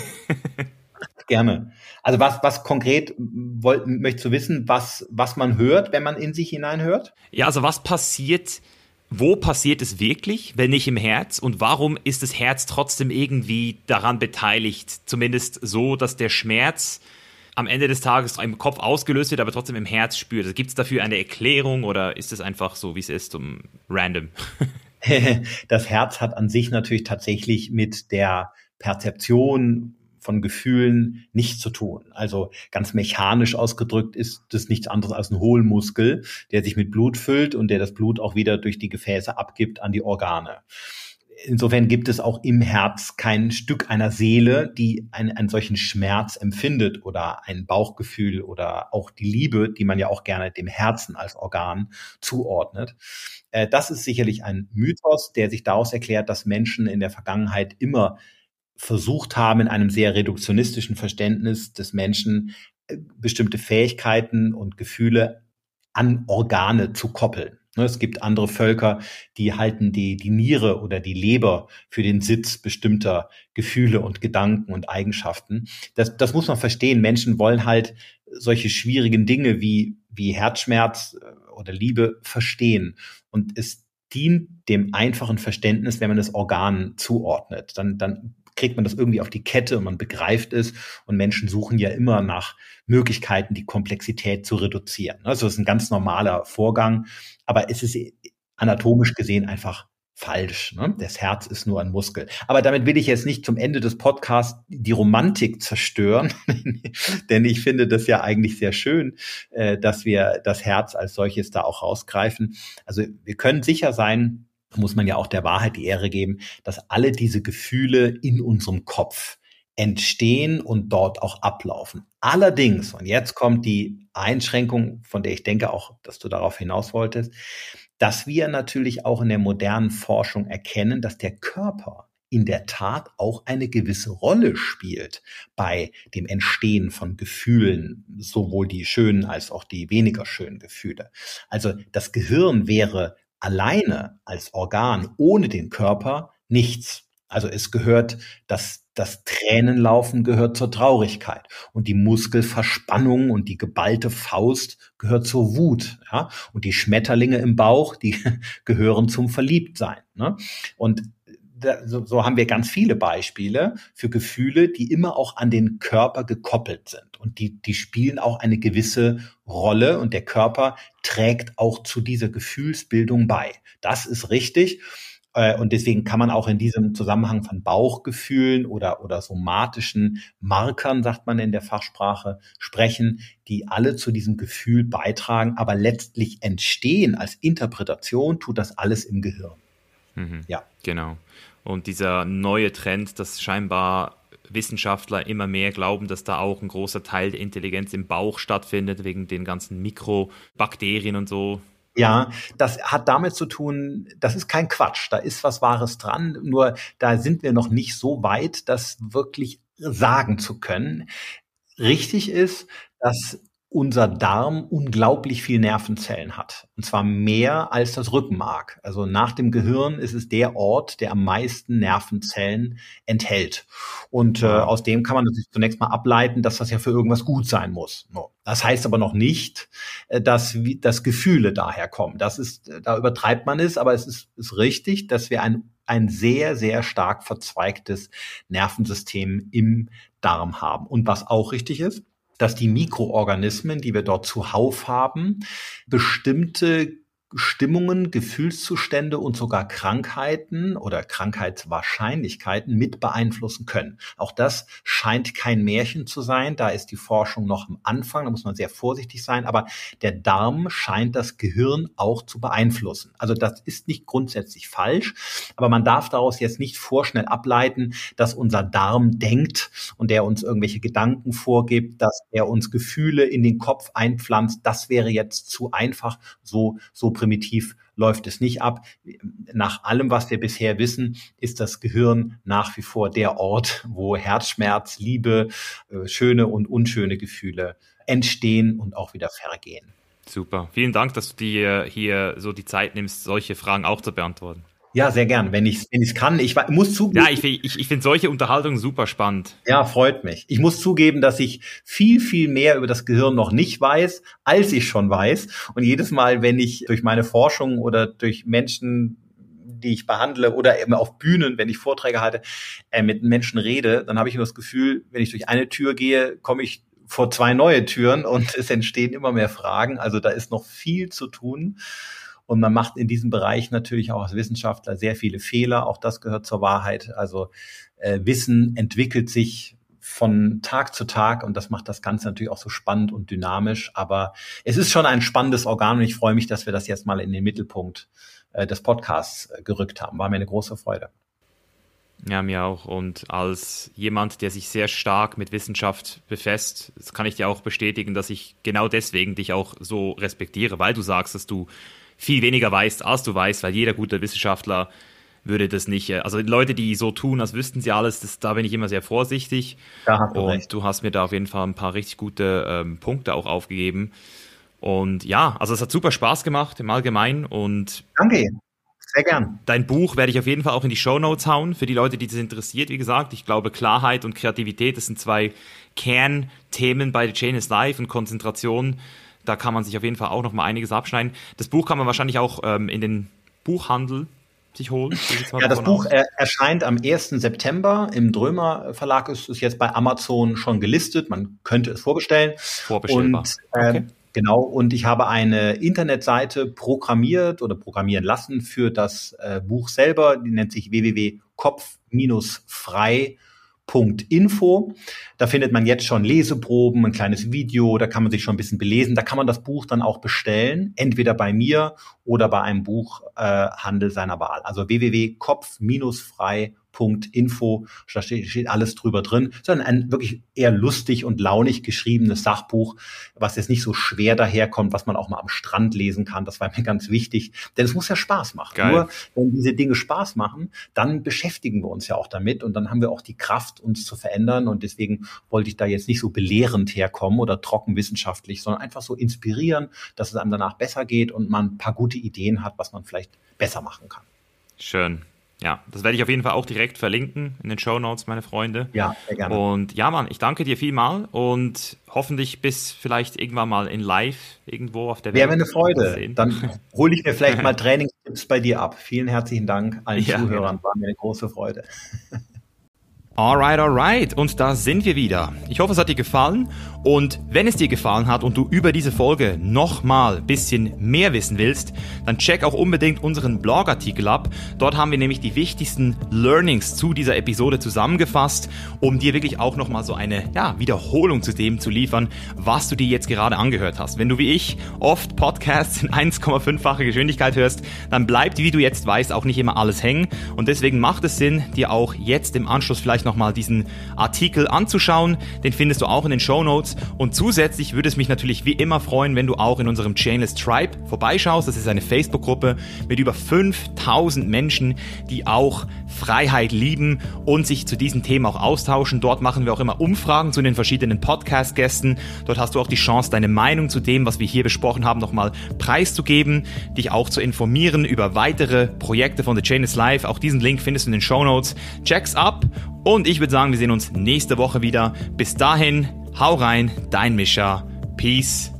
Gerne. Also was, was konkret wollt, möchtest du wissen, was, was man hört, wenn man in sich hineinhört? Ja, also was passiert, wo passiert es wirklich, wenn nicht im Herz? Und warum ist das Herz trotzdem irgendwie daran beteiligt? Zumindest so, dass der Schmerz am Ende des Tages im Kopf ausgelöst wird, aber trotzdem im Herz spürt. Also gibt es dafür eine Erklärung oder ist es einfach so, wie es ist, um random? Das Herz hat an sich natürlich tatsächlich mit der Perzeption von Gefühlen nichts zu tun. Also ganz mechanisch ausgedrückt ist das nichts anderes als ein Hohlmuskel, der sich mit Blut füllt und der das Blut auch wieder durch die Gefäße abgibt an die Organe. insofern gibt es auch im Herz kein Stück einer Seele, die einen, einen solchen Schmerz empfindet oder ein Bauchgefühl oder auch die Liebe, die man ja auch gerne dem Herzen als Organ zuordnet. Äh, das ist sicherlich ein Mythos, der sich daraus erklärt, dass Menschen in der Vergangenheit immer versucht haben, in einem sehr reduktionistischen Verständnis des Menschen äh, bestimmte Fähigkeiten und Gefühle an Organe zu koppeln. Es gibt andere Völker, die halten die, die Niere oder die Leber für den Sitz bestimmter Gefühle und Gedanken und Eigenschaften. Das, das muss man verstehen. Menschen wollen halt solche schwierigen Dinge wie, wie Herzschmerz oder Liebe verstehen. Und es dient dem einfachen Verständnis, wenn man das Organ zuordnet. Dann, dann kriegt man das irgendwie auf die Kette und man begreift es. Und Menschen suchen ja immer nach Möglichkeiten, die Komplexität zu reduzieren. Also das ist ein ganz normaler Vorgang, aber es ist anatomisch gesehen einfach falsch. Ne? Das Herz ist nur ein Muskel. Aber damit will ich jetzt nicht zum Ende des Podcasts die Romantik zerstören, denn ich finde das ja eigentlich sehr schön, dass wir das Herz als solches da auch rausgreifen. Also wir können sicher sein, muss man ja auch der Wahrheit die Ehre geben, dass alle diese Gefühle in unserem Kopf entstehen und dort auch ablaufen. Allerdings, und jetzt kommt die Einschränkung, von der ich denke auch, dass du darauf hinaus wolltest, dass wir natürlich auch in der modernen Forschung erkennen, dass der Körper in der Tat auch eine gewisse Rolle spielt bei dem Entstehen von Gefühlen, sowohl die schönen als auch die weniger schönen Gefühle. Also das Gehirn wäre alleine als Organ ohne den Körper nichts. Also es gehört, das, das Tränenlaufen gehört zur Traurigkeit und die Muskelverspannung und die geballte Faust gehört zur Wut. Ja? Und die Schmetterlinge im Bauch, die gehören zum Verliebtsein. Ne? Und da, so, so haben wir ganz viele Beispiele für Gefühle, die immer auch an den Körper gekoppelt sind. Und die, die spielen auch eine gewisse Rolle und der Körper trägt auch zu dieser Gefühlsbildung bei. Das ist richtig. Und deswegen kann man auch in diesem Zusammenhang von Bauchgefühlen oder, oder somatischen Markern, sagt man in der Fachsprache, sprechen, die alle zu diesem Gefühl beitragen. Aber letztlich entstehen als Interpretation tut das alles im Gehirn. Mhm, ja, genau. Und dieser neue Trend, dass scheinbar Wissenschaftler immer mehr glauben, dass da auch ein großer Teil der Intelligenz im Bauch stattfindet, wegen den ganzen Mikrobakterien und so. Ja, das hat damit zu tun, das ist kein Quatsch, da ist was Wahres dran, nur da sind wir noch nicht so weit, das wirklich sagen zu können. Richtig ist, dass unser Darm unglaublich viel Nervenzellen hat. Und zwar mehr als das Rückenmark. Also nach dem Gehirn ist es der Ort, der am meisten Nervenzellen enthält. Und äh, aus dem kann man natürlich zunächst mal ableiten, dass das ja für irgendwas gut sein muss. No. Das heißt aber noch nicht, dass, dass Gefühle daher kommen. Das ist, da übertreibt man es, aber es ist, ist richtig, dass wir ein, ein sehr, sehr stark verzweigtes Nervensystem im Darm haben. Und was auch richtig ist, dass die Mikroorganismen, die wir dort zuhauf haben, bestimmte Stimmungen, Gefühlszustände und sogar Krankheiten oder Krankheitswahrscheinlichkeiten mit beeinflussen können. Auch das scheint kein Märchen zu sein. Da ist die Forschung noch am Anfang, da muss man sehr vorsichtig sein. Aber der Darm scheint das Gehirn auch zu beeinflussen. Also das ist nicht grundsätzlich falsch, aber man darf daraus jetzt nicht vorschnell ableiten, dass unser Darm denkt und der uns irgendwelche Gedanken vorgibt, dass er uns Gefühle in den Kopf einpflanzt. Das wäre jetzt zu einfach, so, so primitiv läuft es nicht ab. Nach allem, was wir bisher wissen, ist das Gehirn nach wie vor der Ort, wo Herzschmerz, Liebe, schöne und unschöne Gefühle entstehen und auch wieder vergehen. Super. Vielen Dank, dass du dir hier so die Zeit nimmst, solche Fragen auch zu beantworten. Ja, sehr gern, wenn ich wenn ich es kann. Ich muss zugeben. Ja, ich, ich, ich finde solche Unterhaltungen super spannend. Ja, freut mich. Ich muss zugeben, dass ich viel, viel mehr über das Gehirn noch nicht weiß, als ich schon weiß. Und jedes Mal, wenn ich durch meine Forschung oder durch Menschen, die ich behandle oder eben auf Bühnen, wenn ich Vorträge halte, äh, mit Menschen rede, dann habe ich immer das Gefühl, wenn ich durch eine Tür gehe, komme ich vor zwei neue Türen und es entstehen immer mehr Fragen. Also da ist noch viel zu tun. Und man macht in diesem Bereich natürlich auch als Wissenschaftler sehr viele Fehler. Auch das gehört zur Wahrheit. Also äh, Wissen entwickelt sich von Tag zu Tag und das macht das Ganze natürlich auch so spannend und dynamisch. Aber es ist schon ein spannendes Organ und ich freue mich, dass wir das jetzt mal in den Mittelpunkt äh, des Podcasts äh, gerückt haben. War mir eine große Freude. Ja, mir auch. Und als jemand, der sich sehr stark mit Wissenschaft befasst, das kann ich dir auch bestätigen, dass ich genau deswegen dich auch so respektiere, weil du sagst, dass du viel weniger weißt, als du weißt, weil jeder gute Wissenschaftler würde das nicht, also Leute, die so tun, als wüssten sie alles, das, da bin ich immer sehr vorsichtig. Da hast du und recht. Du hast mir da auf jeden Fall ein paar richtig gute ähm, Punkte auch aufgegeben. Und ja, also es hat super Spaß gemacht im Allgemeinen und Danke, sehr gern. Dein Buch werde ich auf jeden Fall auch in die Shownotes hauen, für die Leute, die das interessiert. Wie gesagt, ich glaube, Klarheit und Kreativität, das sind zwei Kernthemen bei The Chain is Life, und Konzentration, da kann man sich auf jeden Fall auch noch mal einiges abschneiden. Das Buch kann man wahrscheinlich auch ähm, in den Buchhandel sich holen. Ja, das Buch er, erscheint am ersten September im Drömer Verlag. Es ist jetzt bei Amazon schon gelistet. Man könnte es vorbestellen. Vorbestellbar. Und, äh, okay. Genau. Und ich habe eine Internetseite programmiert oder programmieren lassen für das äh, Buch selber. Die nennt sich w w w punkt kopf frei punkt info. Da findet man jetzt schon Leseproben, ein kleines Video, da kann man sich schon ein bisschen belesen. Da kann man das Buch dann auch bestellen, entweder bei mir oder bei einem Buchhandel äh, seiner Wahl. Also w w w punkt kopf frei punkt info, da steht, steht alles drüber drin, sondern ein wirklich eher lustig und launig geschriebenes Sachbuch, was jetzt nicht so schwer daherkommt, was man auch mal am Strand lesen kann. Das war mir ganz wichtig, denn es muss ja Spaß machen. Geil. Nur wenn diese Dinge Spaß machen, dann beschäftigen wir uns ja auch damit und dann haben wir auch die Kraft, uns zu verändern, und deswegen wollte ich da jetzt nicht so belehrend herkommen oder trocken wissenschaftlich, sondern einfach so inspirieren, dass es einem danach besser geht und man ein paar gute Ideen hat, was man vielleicht besser machen kann. Schön. Ja, das werde ich auf jeden Fall auch direkt verlinken in den Shownotes, meine Freunde. Ja, sehr gerne. Und ja, Mann, ich danke dir vielmal und hoffentlich bis vielleicht irgendwann mal in live irgendwo auf der Welt. Wäre mir eine Freude. Dann hole ich mir vielleicht mal Trainingstipps bei dir ab. Vielen herzlichen Dank allen ja, Zuhörern. Genau. War mir eine große Freude. Alright, alright. Und da sind wir wieder. Ich hoffe, es hat dir gefallen. Und wenn es dir gefallen hat und du über diese Folge nochmal ein bisschen mehr wissen willst, dann check auch unbedingt unseren Blogartikel ab. Dort haben wir nämlich die wichtigsten Learnings zu dieser Episode zusammengefasst, um dir wirklich auch nochmal so eine ja, Wiederholung zu dem zu liefern, was du dir jetzt gerade angehört hast. Wenn du wie ich oft Podcasts in eins Komma fünffache Geschwindigkeit hörst, dann bleibt, wie du jetzt weißt, auch nicht immer alles hängen. Und deswegen macht es Sinn, dir auch jetzt im Anschluss vielleicht nochmal diesen Artikel anzuschauen. Den findest du auch in den Shownotes. Und zusätzlich würde es mich natürlich wie immer freuen, wenn du auch in unserem Chainless Tribe vorbeischaust. Das ist eine Facebook-Gruppe mit über fünftausend Menschen, die auch Freiheit lieben und sich zu diesen Themen auch austauschen. Dort machen wir auch immer Umfragen zu den verschiedenen Podcast-Gästen. Dort hast du auch die Chance, deine Meinung zu dem, was wir hier besprochen haben, nochmal preiszugeben, dich auch zu informieren über weitere Projekte von The Chainless Life. Auch diesen Link findest du in den Shownotes. Check's ab und ich würde sagen, wir sehen uns nächste Woche wieder. Bis dahin, hau rein, dein Mischa. Peace